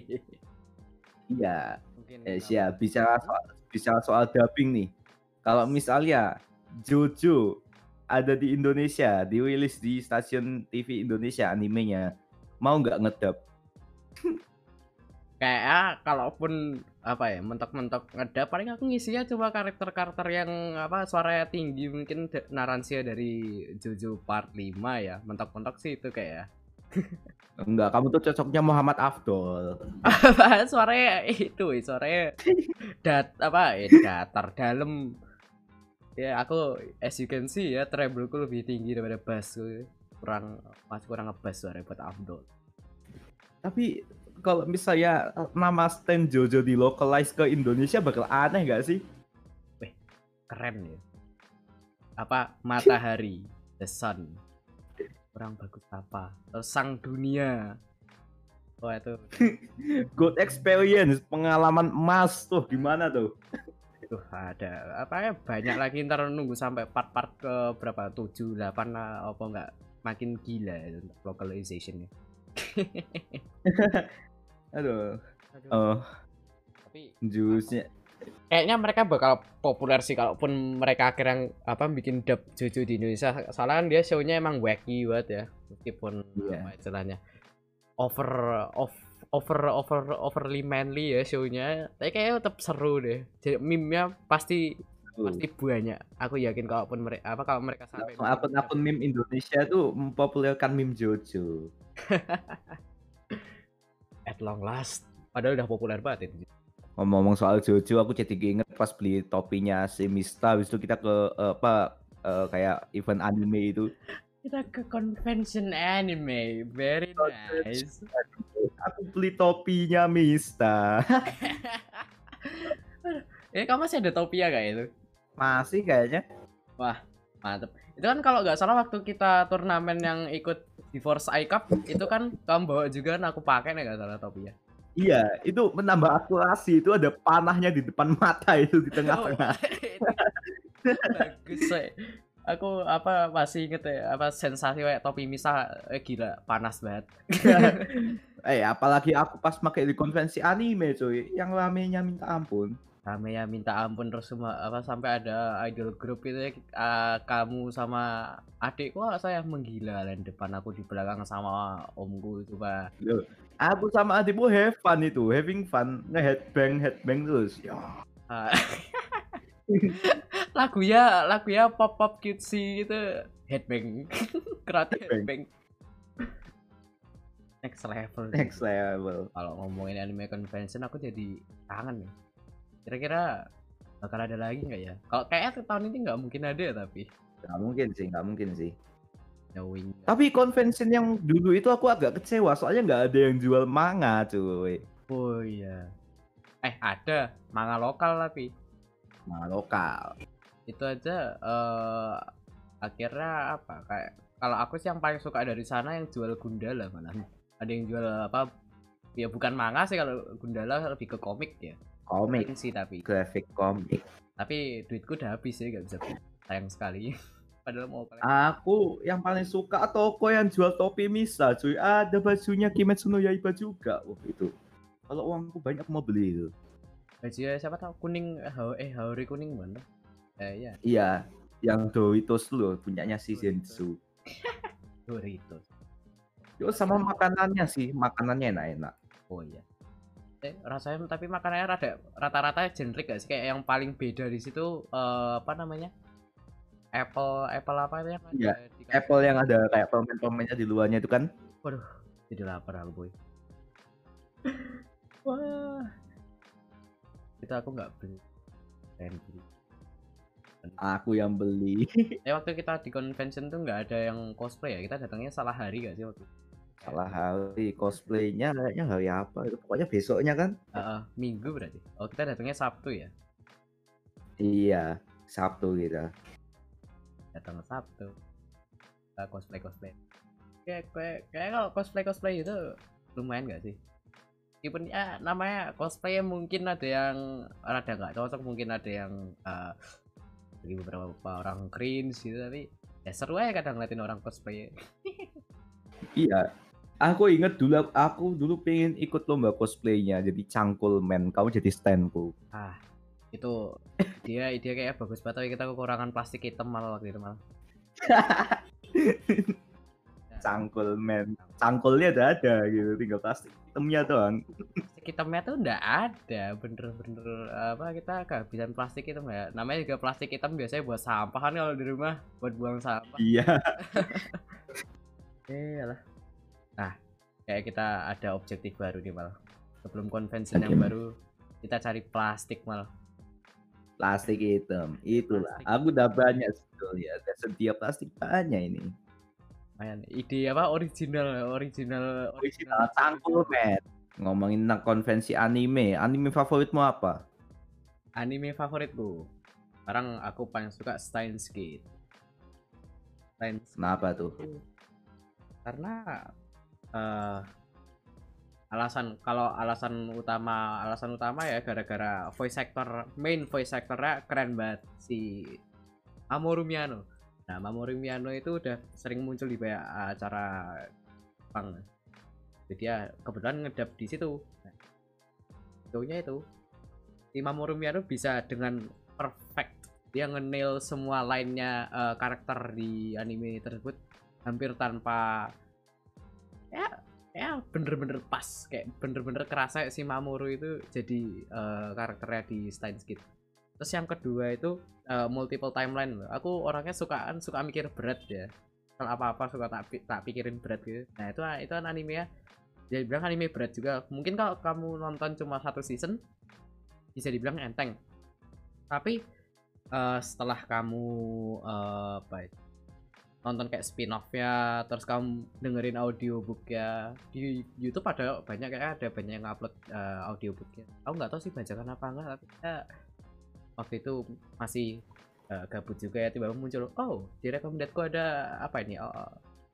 Iya. Mungkin eh, ya bicara soal bicara soal dubbing nih. Kalau misalnya JoJo ada di Indonesia, dirilis di stasiun T V Indonesia animenya, mau nggak ngedub? Kayak kalaupun apa ya, mentok-mentok ngedub paling aku ngisinya cuma karakter-karakter yang apa suaranya tinggi, mungkin Naransia dari JoJo part lima ya. Mentok-mentok sih itu kayak. Enggak, kamu tuh cocoknya Muhammad Afdol. Suaranya itu, suaranya dat apa ya, datar dalam. Ya aku as you can see ya, trebleku lebih tinggi daripada bass. Kurang masih kurang ngebass suara buat Afdol. Tapi kalau misalnya nama stand JoJo di localize ke Indonesia bakal aneh gak sih? Weh, keren ya. Apa matahari, the sun. Kurang bagus apa? Terus sang dunia. Oh itu. Good experience, pengalaman emas tuh gimana tuh? Tuh ada apa ya, banyak lagi, ntar nunggu sampai part-part ke berapa, tujuh, delapan lah, apa enggak makin gila untuk localization-nya. Aduh. Aduh. Oh. Tapi jusnya kayaknya mereka bakal populer sih kalaupun mereka akhirnya apa bikin dub JoJo di Indonesia. Soalnya kan dia show-nya emang wacky banget ya, meskipun yeah. apa istilahnya over off over over overly manly ya show-nya, tapi kayaknya tetap seru deh. Jadi meme-nya pasti uh. pasti banyak. Aku yakin kalaupun mereka apa kalau mereka sampai akun-akun meme Indonesia tuh mempopulerkan meme JoJo. At long last, padahal udah populer banget itu. Ngomong-ngomong soal JoJo, aku jadi inget pas beli topinya si Mista, habis itu kita ke uh, apa uh, kayak event anime itu. Kita ke convention anime, very nice. Aku beli topinya Mista. Eh, kamu masih ada topi ya kayak itu? Masih kayaknya. Wah, mantep. Itu kan kalau nggak salah waktu kita turnamen yang ikut di Force I Cup itu kan kamu bawa juga, kan aku pakai nih nggak salah topinya. Iya, itu menambah akurasi. Itu ada panahnya di depan mata itu di tengah-tengah. Bagus, say. Aku apa masih inget ya, apa sensasi kayak topi Misa, eh, gila panas banget. Eh apalagi aku pas pakai di konvensi anime cuy, yang ramenya minta ampun. Ramenya minta ampun, terus semua apa sampai ada idol group itu ya, uh, kamu sama adikku saya menggila dan depan aku di belakang sama omku itu pak. Loh, aku sama adikku have fun itu, having fun, nge-headbang headbang terus. Ya. Uh, lagunya lagunya pop pop cutesy gitu, headbang, kreatif headbang. Next level. Next level. Kalau ngomongin anime convention aku jadi kangen nih. Kira-kira bakal ada lagi nggak ya? Kalau kayaknya tahun ini nggak mungkin ada, tapi nggak mungkin sih, nggak mungkin sih. Knowing. Tapi convention yang dulu itu aku agak kecewa, soalnya nggak ada yang jual manga cuy. Oh iya. Eh ada manga lokal tapi. Manga lokal. Itu aja uh, Akhirnya apa, kayak kalau aku sih yang paling suka dari sana yang jual Gundala malah. Ada yang jual apa, ya bukan manga sih kalau Gundala lebih ke komik ya. Komik, Keren sih tapi. grafik komik. Tapi duitku udah habis sih, nggak bisa beli. Sayang sekali. Padahal mau koleksi. Aku yang paling suka toko yang jual topi Misa, cuy. Ada bajunya Kimetsu no Yaiba juga. Wah, itu. Kalau uangku banyak mau beli itu. Baju ya siapa tahu kuning, eh, hau- eh Haori kuning mana? Eh ya, Iya, yang Doritos loh, punyanya si Zensu. Doritos. Yo sama makanannya sih, makanannya enak-enak. Oh iya. Eh, rasanya tapi makanannya rada rata-rata generic gak sih? Kayak yang paling beda di situ eh, apa namanya? Apple Apple apa itu yang ada Iya, di Apple kaskus? yang ada kayak permen-permennya di luarnya itu kan. Waduh, jadi lapar aku boy. Wah, itu aku nggak beli. Pengen beli. Aku yang beli. Eh waktu kita di convention tuh nggak ada yang cosplay ya? Kita datangnya salah hari gak sih waktu? itu? Salah hari cosplaynya kayaknya hari apa itu. Pokoknya besoknya kan. Eh, eh, Minggu berarti. Oh kita datangnya Sabtu ya? Iya, Sabtu gitu. Datang Sabtu. Kita cosplay cosplay. Kayak kayak kayak kalau cosplay cosplay itu lumayan gak sih? Meskipun ya namanya cosplay mungkin ada yang rada nggak cocok, mungkin ada yang uh, bagi beberapa orang cringe gitu, tapi ya seru aja kadang ngeliatin orang cosplay. Iya. Aku inget dulu aku dulu pengen ikut lomba cosplaynya jadi Cangkul Man. Kamu jadi standku. Ah, itu dia dia kayak bagus banget tapi kita kekurangan plastik hitam malah waktu itu malah. Cangkul Man. Cangkulnya udah ada gitu, tinggal plastik hitamnya doang. Plastik hitamnya tuh nggak ada, bener-bener apa kita kehabisan plastik hitam ya. Namanya juga plastik hitam biasanya buat sampah kan kalau di rumah, buat buang sampah. Iya. Eh lah. Nah, kayak kita ada objektif baru nih malah. Sebelum convention yang baru kita cari plastik malah. Plastik hitam. Itulah. Plastik. Aku udah banyak sebetulnya. Udah sedia plastik banyak ini. Lumayan. Ide apa original original Original Cangkul Man. Ngomongin tentang konvensi anime. Anime favoritmu apa? Anime favoritku. Sekarang aku paling suka Steins Gate. Steins Kenapa tuh? Karena uh, alasan kalau alasan utama alasan utama ya gara-gara voice actor main voice actornya keren banget si Mamoru Miyano. Nah Mamoru Miyano itu udah sering muncul di banyak acara Jepang. Jadi ya kebetulan ngedap di situ. Nah, itunya itu si Mamoru Miyano bisa dengan perfect dia nge-nail semua lainnya uh, karakter di anime tersebut hampir tanpa ya ya bener-bener pas, kayak bener-bener kerasa si Mamoru itu jadi uh, karakternya di Steins Gate. Terus yang kedua itu uh, multiple timeline. Aku orangnya sukaan suka mikir berat ya, kalau apa-apa suka tak, tak pikirin berat gitu. Nah itu itu kan anime ya, dia bilang anime berat juga. Mungkin kalau kamu nonton cuma satu season bisa dibilang enteng, tapi uh, setelah kamu uh, apa itu nonton kayak spin-off-nya, terus kamu dengerin audiobook ya di YouTube ada banyak, kayak ada banyak yang upload uh, audiobooknya. Aku nggak tahu sih bajakan apa enggak, tapi ya, waktu itu masih uh, gabut juga ya, tiba-tiba muncul, oh di recommendedku ada apa ini, oh,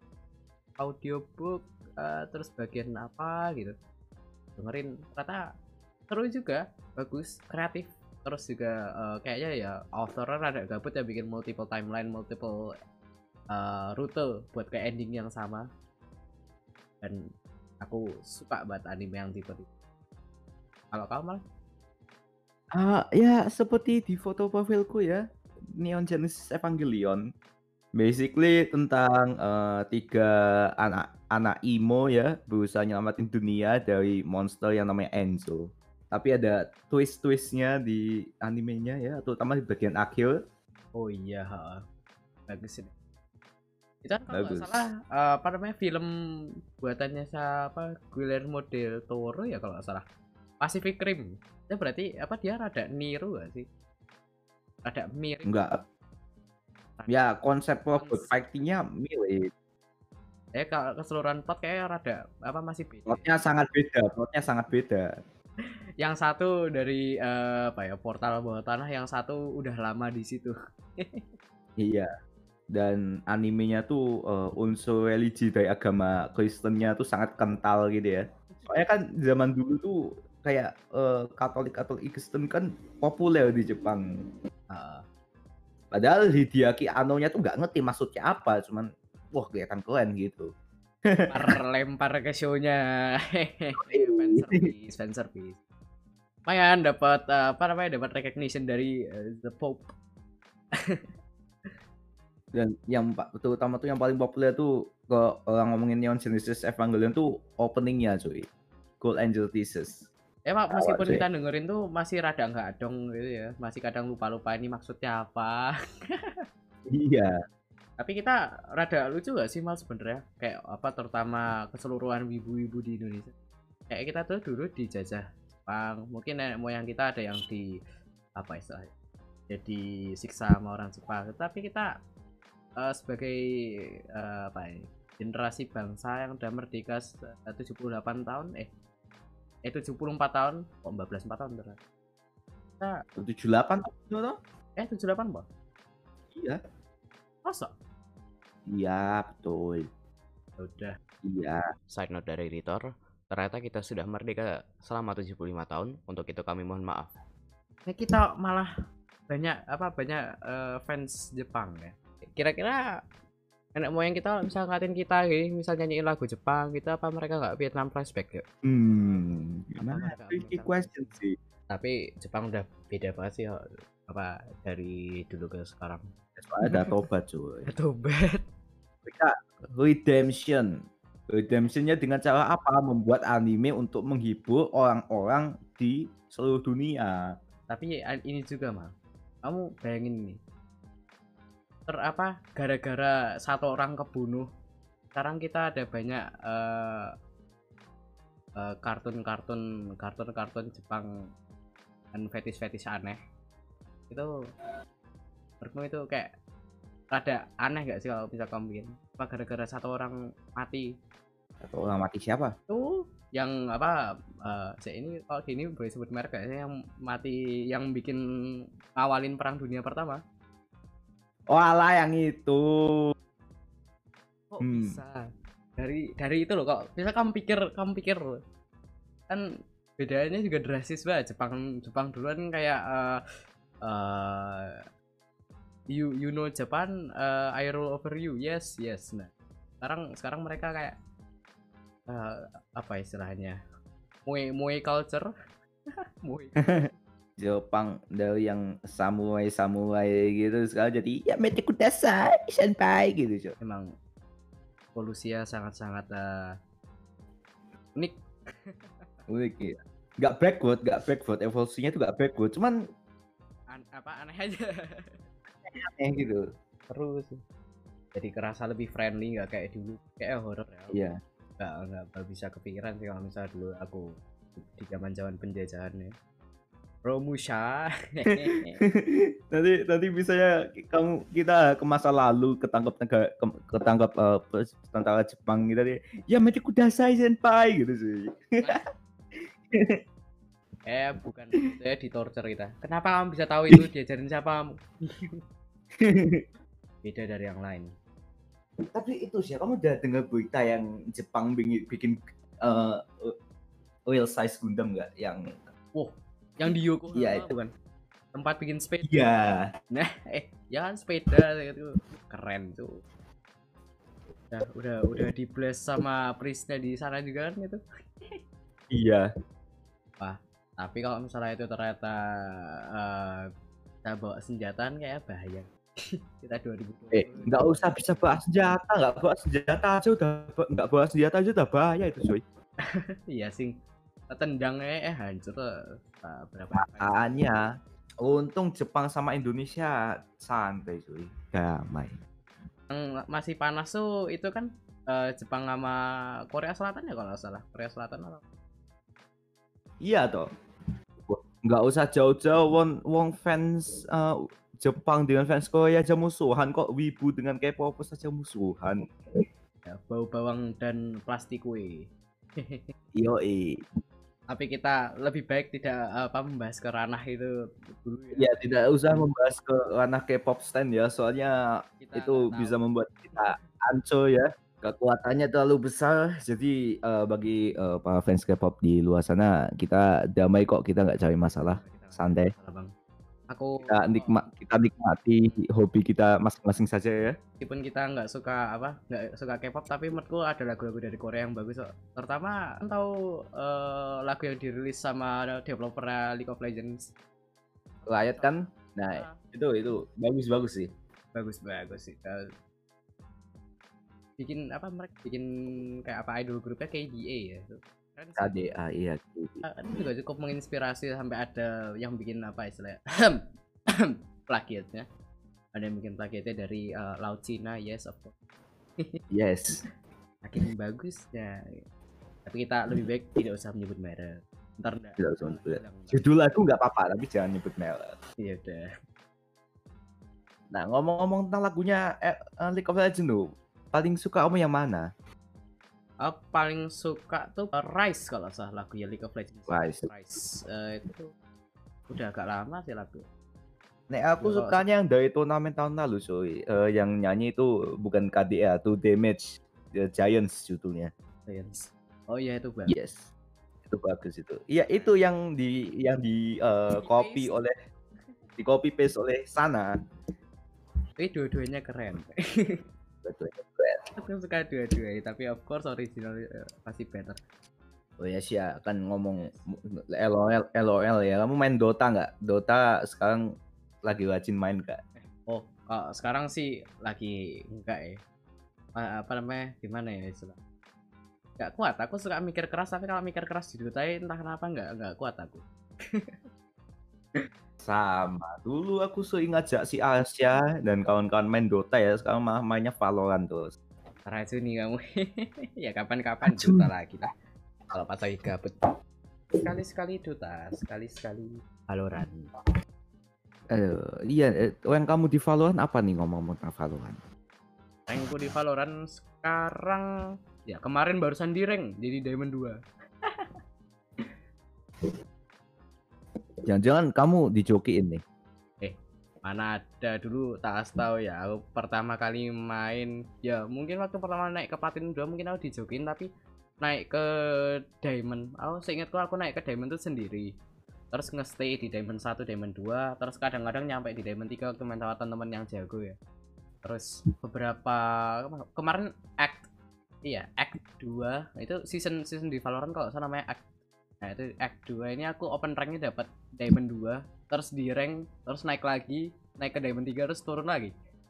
audiobook uh, terus bagian apa gitu, dengerin ternyata seru juga, bagus, kreatif. Terus juga uh, kayaknya ya author-nya ada gabut ya bikin multiple timeline, multiple Uh, rute buat ke ending yang sama, dan aku suka banget anime yang tipe itu. Kalau kamu malah? Ah, ya seperti di foto profilku ya, Neon Genesis Evangelion. Basically tentang uh, tiga anak anak emo ya berusaha nyelamatin dunia dari monster yang namanya Enzo. Tapi ada twist-twistnya di animenya ya, terutama di bagian akhir. Oh iya, bagus ini. Itu kan kalau nggak Bagus. salah uh, apa namanya film buatannya siapa, Guillermo del Toro ya kalau nggak salah, Pacific Rim. Itu berarti apa, dia rada niru gak sih, rada mirip? Enggak. Ya konsep robot fightingnya mirip. Ya kalau keseluruhan plot kayaknya rada apa masih beda. Plotnya sangat beda, plotnya sangat beda. Yang satu dari uh, apa ya, portal bawah tanah, yang satu udah lama di situ. Iya. Dan animenya tuh, eee, unsur religi dari agama Kristennya tuh sangat kental gitu ya. Soalnya kan zaman dulu tuh kayak, eee, Katolik atau Kristen kan populer di Jepang. Heeh. Padahal Hideaki Anno-nya tuh nggak ngerti maksudnya apa, cuman wah kelihatan keren gitu. Lempar lempar ke show-nya. Yoi. Fanservice fanservice. Lumayan dapat, eee, apa namanya, dapat recognition dari, eee, the Pope. Dan yang pa terutama tuh yang paling populer tuh kalau orang ngomongin Neon Genesis Evangelion tuh opening-nya cuy, Cool Angel Thesis. Emang Kawat meskipun cuy. kita dengerin tuh masih rada nggak dong gitu ya, masih kadang lupa-lupa ini maksudnya apa. Iya. Tapi kita rada lucu gak sih Mal sebenarnya? Kayak apa terutama keseluruhan wibu-wibu di Indonesia. Kayak kita tuh dulu dijajah Jepang, mungkin nenek moyang kita ada yang di apa istilahnya? Jadi siksa sama orang Jepang. Tapi kita eh, sebagai eh, apa ya? Generasi bangsa yang udah merdeka se- tujuh puluh delapan tahun eh eh tujuh puluh empat tahun, kok empat belas empat tahun ternyata. Kita tujuh puluh delapan tuh toh? eh tujuh puluh delapan Bang. Iya. Masa? Iya, betul. Ya udah. Iya. Side note dari editor, ternyata kita sudah merdeka selama tujuh puluh lima tahun. Untuk itu kami mohon maaf. Ya kita malah banyak apa banyak eh, fans Jepang ya. Kira-kira nenek moyang kita bisa ngatin kita gitu, misal nyanyiin lagu Jepang gitu, apa mereka nggak Vietnam flashback ya? Hmm, Apa gimana? mereka Tricky Vietnam question flashback? sih. Tapi Jepang udah beda banget sih ya, apa dari dulu ke sekarang. Soalnya udah tobat cuy. Tobat. Mereka redemption. Redemption-nya dengan cara apa? Membuat anime untuk menghibur orang-orang di seluruh dunia. Tapi a- ini juga mal, kamu bayangin nih, ter apa gara-gara satu orang kebunuh, sekarang kita ada banyak eh, eh, kartun-kartun kartun-kartun Jepang dan fetish-fetish aneh. Itu menurutmu itu kayak rada aneh gak sih kalau bisa kamu bikin? Apa gara-gara satu orang mati? Atau orang mati siapa? Tuh yang apa eh saya ini kalau gini boleh sebut merek gak sih, yang mati yang bikin ngawalin perang dunia pertama? Oh alah yang itu. Kok Hmm. bisa? Dari dari itu loh, kok bisa kamu pikir kamu pikir kan bedanya juga drastis banget. Jepang Jepang duluan kayak eh eh, you you know Japan, eh, I rule over you, yes yes. Nah sekarang sekarang mereka kayak eh, apa istilahnya, moe moe culture. Moe. Jepang dari yang samurai samurai gitu sekarang jadi ya mete kudasai senpai gitu cuy. Emang polusinya sangat-sangat eh, unik. Unik ya. Gak backward, gak backward, evolusinya tuh gak backward, cuman An- apa aneh aja. aneh gitu. Terus jadi kerasa lebih friendly, nggak kayak dulu kayak horror ya. Iya. nggak nggak bisa kepikiran sih kalau misalnya dulu aku di zaman zaman penjajahan ya. Romusha. nanti nanti misalnya kamu kita ke masa lalu ketangkap negara ke, ketangkap uh, tentara Jepang gitu deh. Ya mete kudasai senpai gitu sih. Eh bukan, saya di torture kita. Kenapa kamu bisa tahu itu, diajarin siapa kamu? Beda dari yang lain. Tapi itu sih kamu udah dengar berita yang Jepang bikin, bikin uh, real size Gundam nggak yang Wow, yang di Yokohama iya, itu. bukan? Tempat bikin sepeda. Iya. Nah, eh jangan sepeda itu keren tuh. Udah udah udah di blast sama Prisnya di sana juga kan itu. Iya. Wah, tapi kalau misalnya itu ternyata uh, kita bawa senjata kayak bahaya. Kita dua ribu dua puluh. Eh, nggak usah bisa bawa senjata, nggak bawa senjata aja udah nggak bawa senjata aja udah bahaya itu cuy. Iya sih. Tendangnya eh hancur uh, berapa Makanya untung Jepang sama Indonesia santai cuy, damai. yang masih panas tuh itu kan uh, Jepang sama Korea Selatan ya kalau nggak salah. Korea Selatan atau Iya toh. Nggak usah jauh-jauh wong, wong fans uh, Jepang dengan fans Korea aja musuhan kok, wibu dengan K-popers aja musuhan. ya, bau bawang dan plastik kue. Yoi. Tapi kita lebih baik tidak apa membahas ke ranah itu dulu ya. Iya, tidak usah membahas ke ranah K-pop stan ya, soalnya Kita nggak itu bisa tahu. membuat kita ancur ya. Kekuatannya terlalu besar, jadi uh, bagi uh, para fans K-pop di luar sana, kita damai kok, kita nggak cari masalah, Ya, kita nggak cari santai. masalah bang. Aku Kita nikmat, kita nikmati hobi kita masing-masing saja ya. meskipun kita nggak suka apa nggak suka K-pop tapi menurutku ada lagu-lagu dari Korea yang bagus kok. Terutama kan tahu eh, lagu yang dirilis sama developer League of Legends. Riot kan, nah Ah, itu itu bagus-bagus sih. bagus bagus sih. Eh, bikin apa mereka bikin kayak apa idol grupnya K D A ya. Itu keren sih. K D A iya. Eh, itu juga cukup menginspirasi sampai ada yang bikin apa istilahnya plagiatnya. Ada yang bikin plagiatnya dari eh, Laut Cina, yes of course. Yes. Makin bagus ya. Tapi kita lebih baik tidak usah menyebut merek. Ntar enggak. Tidak usah menyebut. Judul lagu nggak apa-apa, tapi jangan nyebut merek. Iya udah. Nah, ngomong-ngomong tentang lagunya eh, eh, League of Legends tuh, paling suka kamu yang mana? Aku paling suka tuh eh, Rise kalau salah lagu ya League of Legends. Rise. Rise eh, itu udah agak lama sih lagu. Nek aku Kalau sukanya yang dari turnamen tahun lalu, cuy. Eh, yang nyanyi itu bukan K D A, tuh Damage The Giants judulnya. Giants. Oh iya itu bang. Yes. Itu bagus itu. Iya, itu yang di yang di eh, copy Paste. oleh di copy paste oleh Sana. Tapi dua-duanya keren. Betul. Aku suka dua-duanya, tapi of course original eh, pasti better. Oh ya sih ya, kan ngomong LOL LOL ya. Kamu main Dota nggak? Dota sekarang lagi rajin main nggak? Oh, kalau sekarang sih lagi enggak ya. Ah, apa namanya? Gimana ya istilah? Nggak kuat. Aku suka mikir keras, tapi kalau mikir keras di Dota entah kenapa nggak nggak kuat aku. Sama. Dulu aku sering ngajak si Asia dan kawan-kawan main Dota ya. Sekarang malah mainnya Valorant terus. Racuni kamu. Ya kapan-kapan Racun. Dota lagi lah. Kalau pas lagi gabut. Sekali-sekali Dota, sekali-sekali Valorant. Eh, iya, eh, yang kamu di Valorant apa nih ngomong-ngomong tentang Valorant? Rankku di Valorant sekarang ya kemarin barusan di rank jadi Diamond dua. Jangan-jangan kamu dijokiin nih? Eh, mana ada dulu tak kasih tahu ya. Aku pertama kali main ya mungkin waktu pertama naik ke Platinum dua mungkin aku dijokin tapi naik ke Diamond. Aku seingatku aku naik ke Diamond itu sendiri. Terus nge-stay di Diamond satu, Diamond dua, terus kadang-kadang nyampe di Diamond tiga waktu main sama teman-teman yang jago ya. Terus beberapa kemarin act iya, act dua itu season season di Valorant kalau saya namanya act. Nah, itu act dua ini aku open ranknya dapat Diamond dua, terus di rank, terus naik lagi, naik ke Diamond tiga terus turun lagi.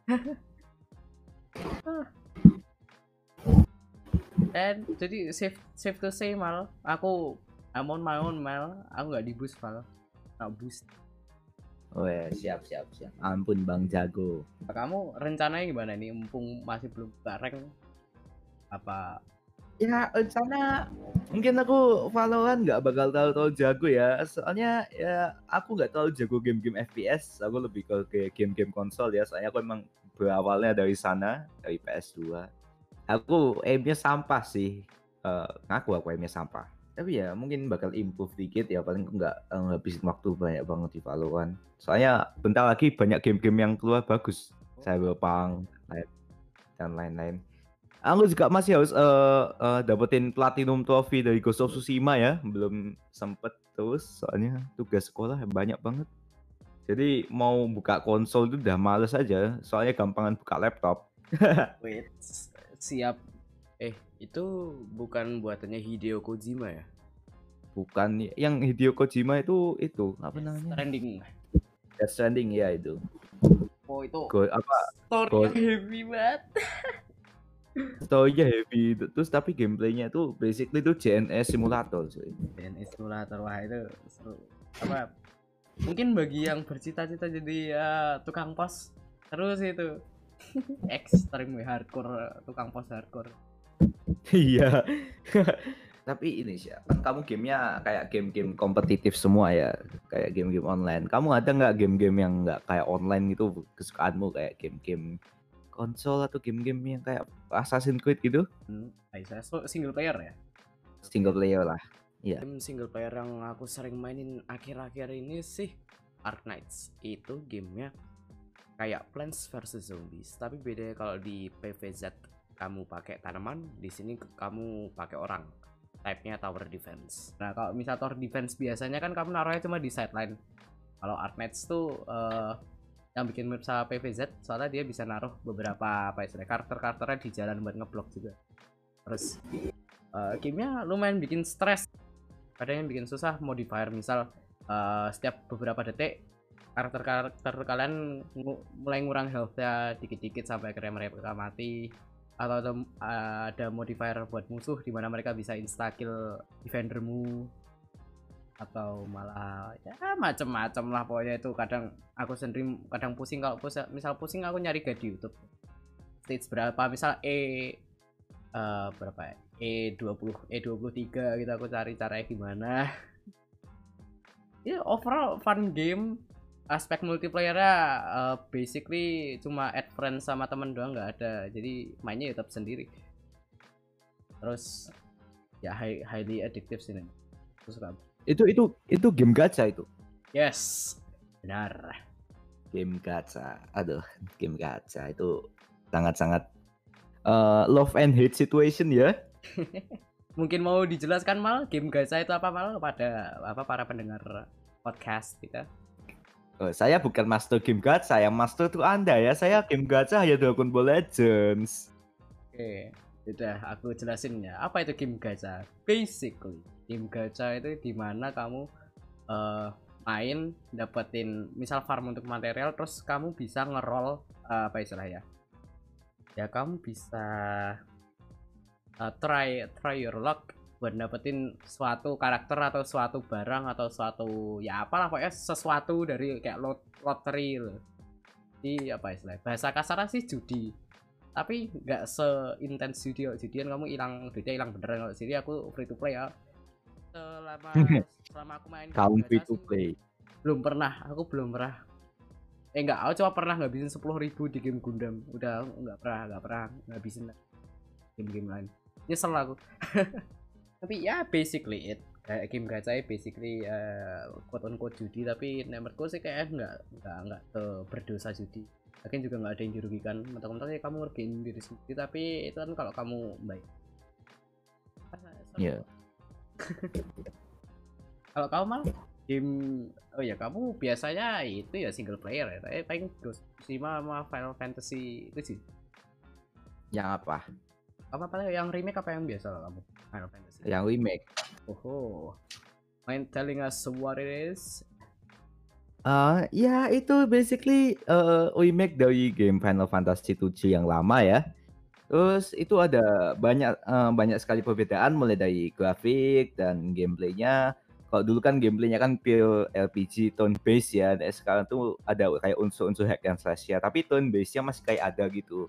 Dan jadi safe safe to say mal, aku I'm on my own mal, aku nggak di boost mal, nggak boost. Oh ya, siap siap siap. Ampun Bang Jago. Kamu rencananya gimana nih? Mumpung masih belum buka rank, apa? Ya rencana mungkin aku Valorant nggak bakal tahu-tahu jago ya. Soalnya ya aku nggak terlalu jago game-game F P S. Aku lebih ke ke game-game konsol ya. Soalnya aku emang berawalnya dari sana, dari P S dua. Aku aimnya sampah sih. Eh, ngaku aku aimnya sampah. Tapi ya mungkin bakal improve dikit ya. Paling nggak eh, ngabisin waktu banyak banget di Valorant. Soalnya bentar lagi banyak game-game yang keluar bagus. Cyberpunk dan lain-lain. Aku juga masih harus eh, eh, dapetin platinum trophy dari Ghost of Tsushima ya. Belum sempet terus soalnya tugas sekolah banyak banget. Jadi mau buka konsol itu udah males aja. Soalnya gampangan buka laptop. Wait, siap. Eh, itu bukan buatannya Hideo Kojima ya? Bukan yang Hideo Kojima itu itu apa Yes, namanya? trending. Death Stranding ya itu. Oh itu Go, apa story Go, heavy banget. story-nya heavy terus tapi gameplaynya itu basically itu J N S simulator cuy. J N S simulator wah itu seru. Apa? Mungkin bagi yang bercita-cita jadi uh, tukang pos terus itu ekstrim hardcore tukang pos hardcore. Iya. Tapi ini sih, kan kamu gamenya kayak game-game kompetitif semua ya, kayak game-game online. Kamu ada nggak game-game yang nggak kayak online gitu kesukaanmu kayak game-game konsol atau game-game yang kayak Assassin's Creed gitu? Hmm, saya so, single player ya. Single player lah. Iya. Game single player yang aku sering mainin akhir-akhir ini sih Arknights. Itu gamenya kayak Plants versus Zombies, tapi beda kalau di P V Z kamu pakai tanaman, di sini kamu pakai orang. Type-nya tower defense. Nah, kalau misal tower defense biasanya kan kamu naruhnya cuma di sideline. Kalau Arknights tuh uh, yang bikin mirip sama P V Z, soalnya dia bisa naruh beberapa apa istilah karakter-karakternya di jalan buat ngeblok juga. Terus uh, gamenya lumayan bikin stres. Kadang yang bikin susah modifier, misal uh, setiap beberapa detik karakter-karakter kalian ngu mulai ngurang health-nya dikit-dikit sampai akhirnya mereka mati, atau ada, uh, ada modifier buat musuh dimana mereka bisa insta-kill defendermu, atau malah ya macem-macem lah pokoknya. Itu kadang aku sendiri kadang pusing, kalau pus misal pusing aku nyari guide di YouTube stage berapa, misal E uh, berapa ya, E dua puluh E dua puluh tiga gitu, aku cari caranya gimana. Ya, yeah, overall fun game. Aspek multiplayernya uh, basically cuma add friends sama temen doang, nggak ada, jadi mainnya tetap sendiri. Terus ya high, highly addictive sih nih. Terus kan Itu itu itu game gacha itu. Yes, benar. Game gacha. Aduh, game gacha itu sangat-sangat uh, love and hate situation ya. Mungkin mau dijelaskan Mal, game gacha itu apa Mal kepada apa para pendengar podcast kita? Oh, saya bukan master game gacha, yang master itu Anda ya. Saya game gacha hanya Dragon Ball Legends. Oke, udah aku jelasin ya. Apa itu game gacha? Basically, game gacha itu dimana kamu uh, main dapetin misal farm untuk material, terus kamu bisa ngeroll uh, apa istilahnya? Ya kamu bisa uh, try try your luck buat dapetin suatu karakter atau suatu barang atau suatu ya apalah pokoknya sesuatu dari kayak lot lottery loh. Di apa istilahnya? Bahasa kasarnya sih judi. Tapi nggak seintens judi. Judian kamu hilang duitnya hilang beneran. Kalau sini aku free to play ya. Selama selama aku main kamu free to play. Belum pernah, aku belum pernah. Eh enggak, aku cuma pernah ngabisin sepuluh ribu di game Gundam. Udah nggak pernah, nggak pernah ngabisin game-game lain. Nyesel aku. Tapi ya basically it kayak game gacha basically uh, quote on quote judi, tapi menurutku sih kayak nggak nggak nggak berdosa judi. Lagian juga nggak ada yang dirugikan, mentang-mentang ya kamu ngerjain diri sendiri, tapi itu kan kalau kamu baik. Iya. Yeah. Kalau kamu mal game, oh ya kamu biasanya itu ya single player ya, tapi paling Ghost of Tsushima sama Final Fantasy itu sih. Yang apa? Apa apa yang remake apa yang biasa kamu? Final Fantasy. Yang remake. Oh, mind telling us what it is? Uh, ya itu basically uh, remake dari game Final Fantasy tujuh yang lama ya. Terus itu ada banyak uh, banyak sekali perbedaan mulai dari grafik dan gameplaynya. Kalau dulu kan gameplaynya kan pure R P G turn based ya. Dan sekarang tuh ada kayak unsur-unsur hack and slash ya. Tapi turn based-nya masih kayak ada gitu.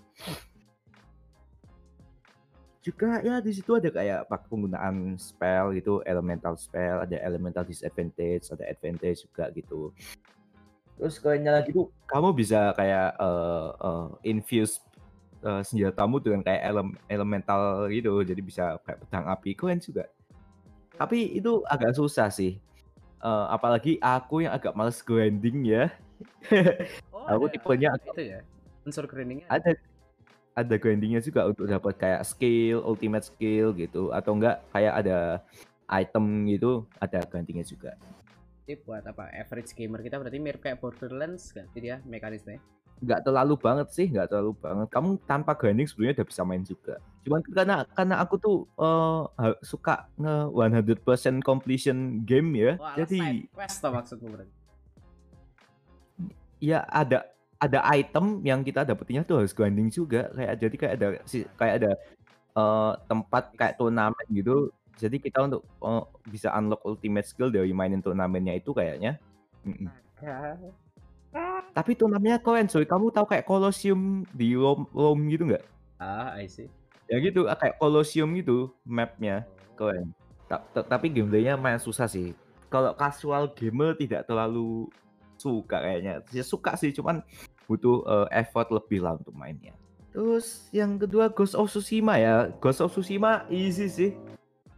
Juga ya di situ ada kayak penggunaan spell gitu, elemental spell, ada elemental disadvantage, ada advantage juga gitu. Terus kerennya lagi tuh kamu bisa kayak uh, uh, infuse uh, senjatamu dengan kayak ele elemental gitu, jadi bisa kayak pedang api, keren juga. Tapi itu agak susah sih, uh, apalagi aku yang agak males grinding ya. Oh, aku ada, tipenya itu ya unsur grindingnya ada. Ada grindingnya juga untuk dapat kayak skill, ultimate skill gitu, atau enggak kayak ada item gitu, ada grindingnya juga. Jadi buat apa average gamer kita berarti mirip kayak Borderlands kan dia mekanismenya? Nggak terlalu banget sih, nggak terlalu banget. Kamu tanpa grinding sebenarnya udah bisa main juga. Cuman karena karena aku tuh uh, suka nge one hundred percent completion game ya. Wah, jadi side quest tuh maksudku berarti. Ya ada ada item yang kita dapetinnya tuh harus grinding juga, kayak jadi kayak ada kayak ada uh, tempat kayak turnamen gitu, jadi kita untuk uh, bisa unlock ultimate skill dari mainin turnamennya itu kayaknya. Mm-mm. Tapi turnamennya keren, soalnya kamu tahu kayak Colosseum di Rome, Rome gitu nggak? Ah, I see. Ya gitu, kayak Colosseum gitu mapnya, keren. Tapi gameplaynya main susah sih. Kalau casual gamer tidak terlalu suka kayaknya. Ya suka sih, cuman butuh uh, effort lebih lah untuk mainnya. Terus yang kedua Ghost of Tsushima ya. Ghost of Tsushima easy sih.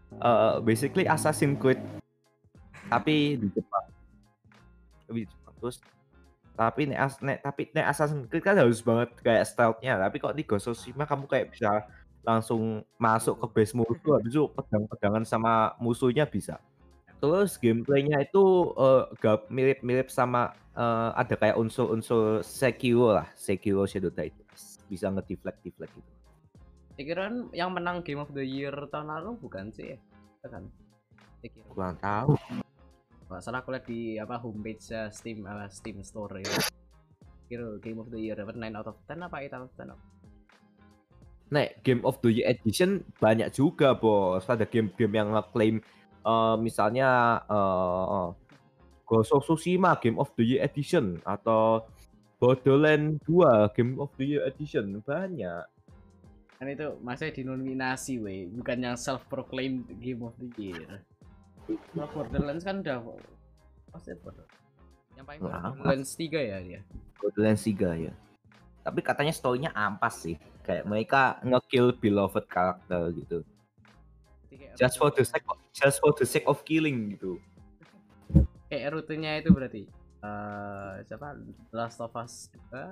uh, basically Assassin's Creed tapi di Jepang. Lebih Jepang. Terus tapi nek, as, nek tapi nek Assassin's Creed kan harus banget kayak stealth-nya. Tapi kok di Ghost of Tsushima kamu kayak bisa langsung masuk ke base musuh habis itu pedang-pedangan sama musuhnya bisa. Terus gameplaynya itu uh, gak mirip-mirip sama uh, ada kayak unsur-unsur Sekiro lah, Sekiro Shadow Die Twice. Bisa ngedeflect-deflect gitu. Pikiran yang menang Game of the Year tahun lalu bukan sih? Ya kan? Sekiro. Kurang tahu. Nggak salah aku lihat di apa homepage uh, Steam uh, Steam Store ya. Kira Game of the Year dapat nine out of ten apa eight out of ten? Nek Game of the Year Edition banyak juga bos. Ada game-game yang ngeklaim uh, misalnya uh, Ghost of Tsushima Game of the Year Edition atau Borderlands dua Game of the Year Edition banyak. Kan itu masih dinominasi weh, bukan yang self proclaimed Game of the Year. Kalau Borderlands kan udah pasti Borderlands. Yang paling Nah, Borderlands tiga ya dia. Borderlands tiga ya. Tapi katanya story-nya ampas sih. Kayak mereka nge-kill beloved karakter gitu. Just for the sake of, just for the sake of killing gitu. Kayak rutenya itu berarti uh, siapa Last of Us juga.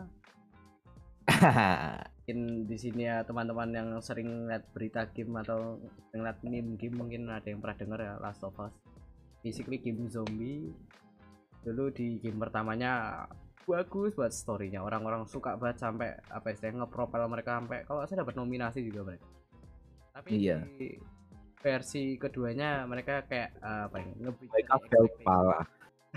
Mungkin di sini ya teman-teman yang sering lihat berita game atau ngeliat meme game mungkin ada yang pernah dengar ya Last of Us. Basically game zombie. Dulu di game pertamanya bagus buat storynya, orang-orang suka banget sampai apa istilahnya ngepropel mereka sampai kalau saya dapat nominasi juga mereka. Tapi iya. di versi keduanya mereka kayak uh, apa ya nge-beat Mereka fail parah.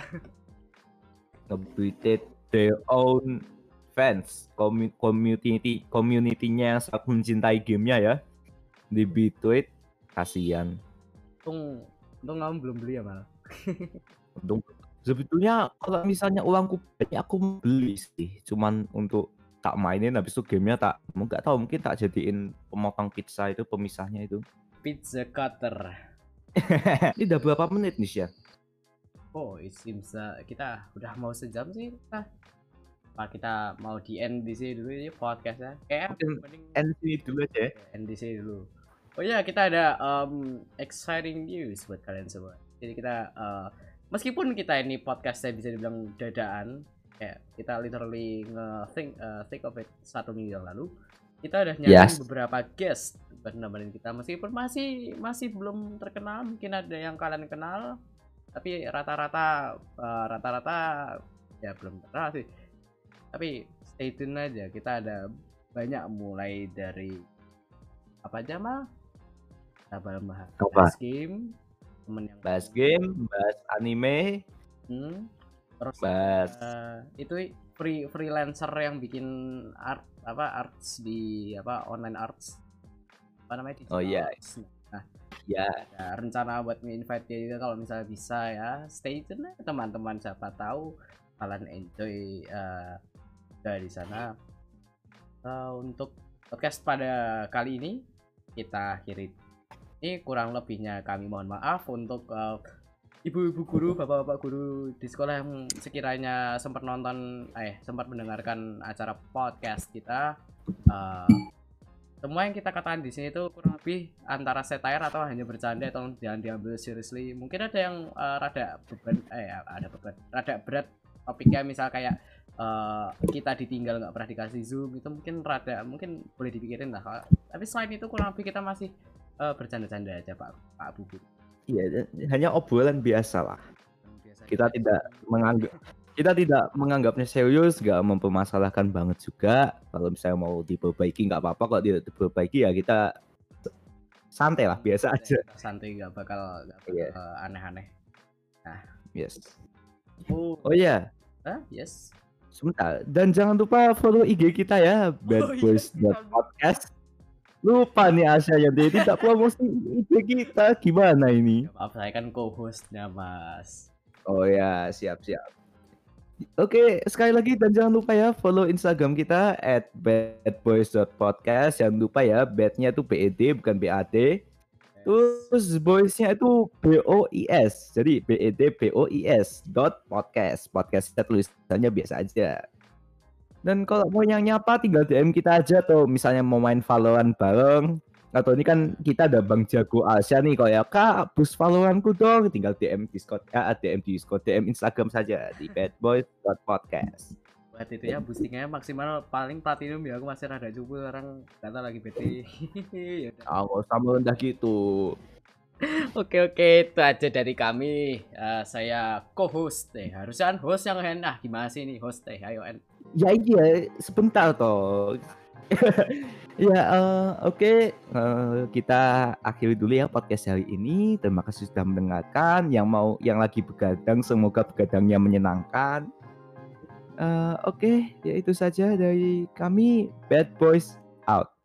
Nge-beat their own fans, community community-nya yang sangat mencintai gamenya ya, di beat kasihan. Untung, untung kamu belum beli ya malah. Untung. Sebetulnya kalau misalnya uangku banyak aku beli sih, cuman untuk tak mainin habis itu gamenya tak, nggak tahu mungkin tak jadiin pemotong pizza itu pemisahnya itu. Pizza cutter. Ini udah berapa menit nih ya? Oh, it seems uh, kita udah mau sejam sih. Nah, apa kita mau di end di sini dulu ya podcastnya? Kayak mending end sini dulu aja. End di sini dulu. Oh ya, kita ada um, exciting news buat kalian semua. Jadi kita uh, meskipun kita ini podcastnya bisa dibilang dadaan, kayak kita literally nge-think uh, think of it satu minggu yang lalu, kita udah nyari yes. beberapa guest buat nemenin kita. Meskipun masih masih belum terkenal, mungkin ada yang kalian kenal, tapi rata-rata uh, rata-rata ya belum terkenal sih. Tapi stay tune aja, kita ada banyak mulai dari apa aja mah? Kita bahas bahas game, temen yang bahas game, bahas anime, hmm, terus bahas uh, itu free freelancer yang bikin art apa arts di apa online arts apa namanya digital oh iya arts. Nah ya ada rencana buat nge-invite dia juga kalau misalnya bisa ya, stay tune ya teman-teman, siapa tahu kalian enjoy uh, dari sana. Uh, untuk podcast pada kali ini kita akhiri. Ini kurang lebihnya kami mohon maaf untuk uh, ibu-ibu guru, bapak-bapak guru di sekolah yang sekiranya sempat nonton, eh sempat mendengarkan acara podcast kita. Uh, semua yang kita katakan di sini itu kurang lebih antara satire atau hanya bercanda, atau jangan diambil seriously. Mungkin ada yang uh, rada beban, eh ada beban, rada berat topiknya, misal kayak uh, kita ditinggal nggak pernah dikasih zoom, itu mungkin rada mungkin boleh dipikirin lah. Tapi selain itu kurang lebih kita masih uh, bercanda-canda aja Pak Pak Bubu. Iya, hanya obrolan biasa lah. Biasa kita biasa. tidak menganggap kita tidak menganggapnya serius, nggak mempermasalahkan banget juga. Kalau misalnya mau diperbaiki nggak apa-apa, kalau tidak diperbaiki ya kita santai lah, biasa aja. Santai, nggak bakal, gak bakal yeah. uh, aneh-aneh. Nah, yes. Oh, oh ya. Yeah. Huh? Yes. Sebentar. Dan jangan lupa follow I G kita ya, badboys dot podcast. Lupa nih Asya yang dia tidak promosi I G kita, gimana ini? Maaf, saya kan co-hostnya Mas. Oh ya, siap-siap. Oke, sekali lagi dan jangan lupa ya follow Instagram kita at badboys dot podcast. Jangan lupa ya, bad-nya itu B E D bukan B A D. Terus boys-nya itu B O I S. Jadi B E D B O I S dot podcast. Podcastnya tulisannya biasa aja. Dan kalau mau yang nyapa tinggal D M kita aja tuh, misalnya mau main Valorant bareng Atau ini kan kita ada Bang Jago Asia nih kayak Kak, boost followanku dong, tinggal D M Discord, eh, D M Discord, D M Instagram saja di badboys.podcast. Buat itu ya boostingnya maksimal paling platinum ya, aku masih rada cupu orang kata lagi B T. Yaudah. Ah, nggak usah merendah gitu. Oke oke, itu aja dari kami. Uh, saya co-host deh. Harusnya kan host yang enak. Gimana sih nih host deh? Ayo en. Ya iya, sebentar toh. Ya uh, oke, okay. uh, kita akhiri dulu ya podcast hari ini. Terima kasih sudah mendengarkan. Yang mau, yang lagi begadang, semoga begadangnya menyenangkan. Uh, oke, okay. Ya itu saja dari kami. Bad Boys out.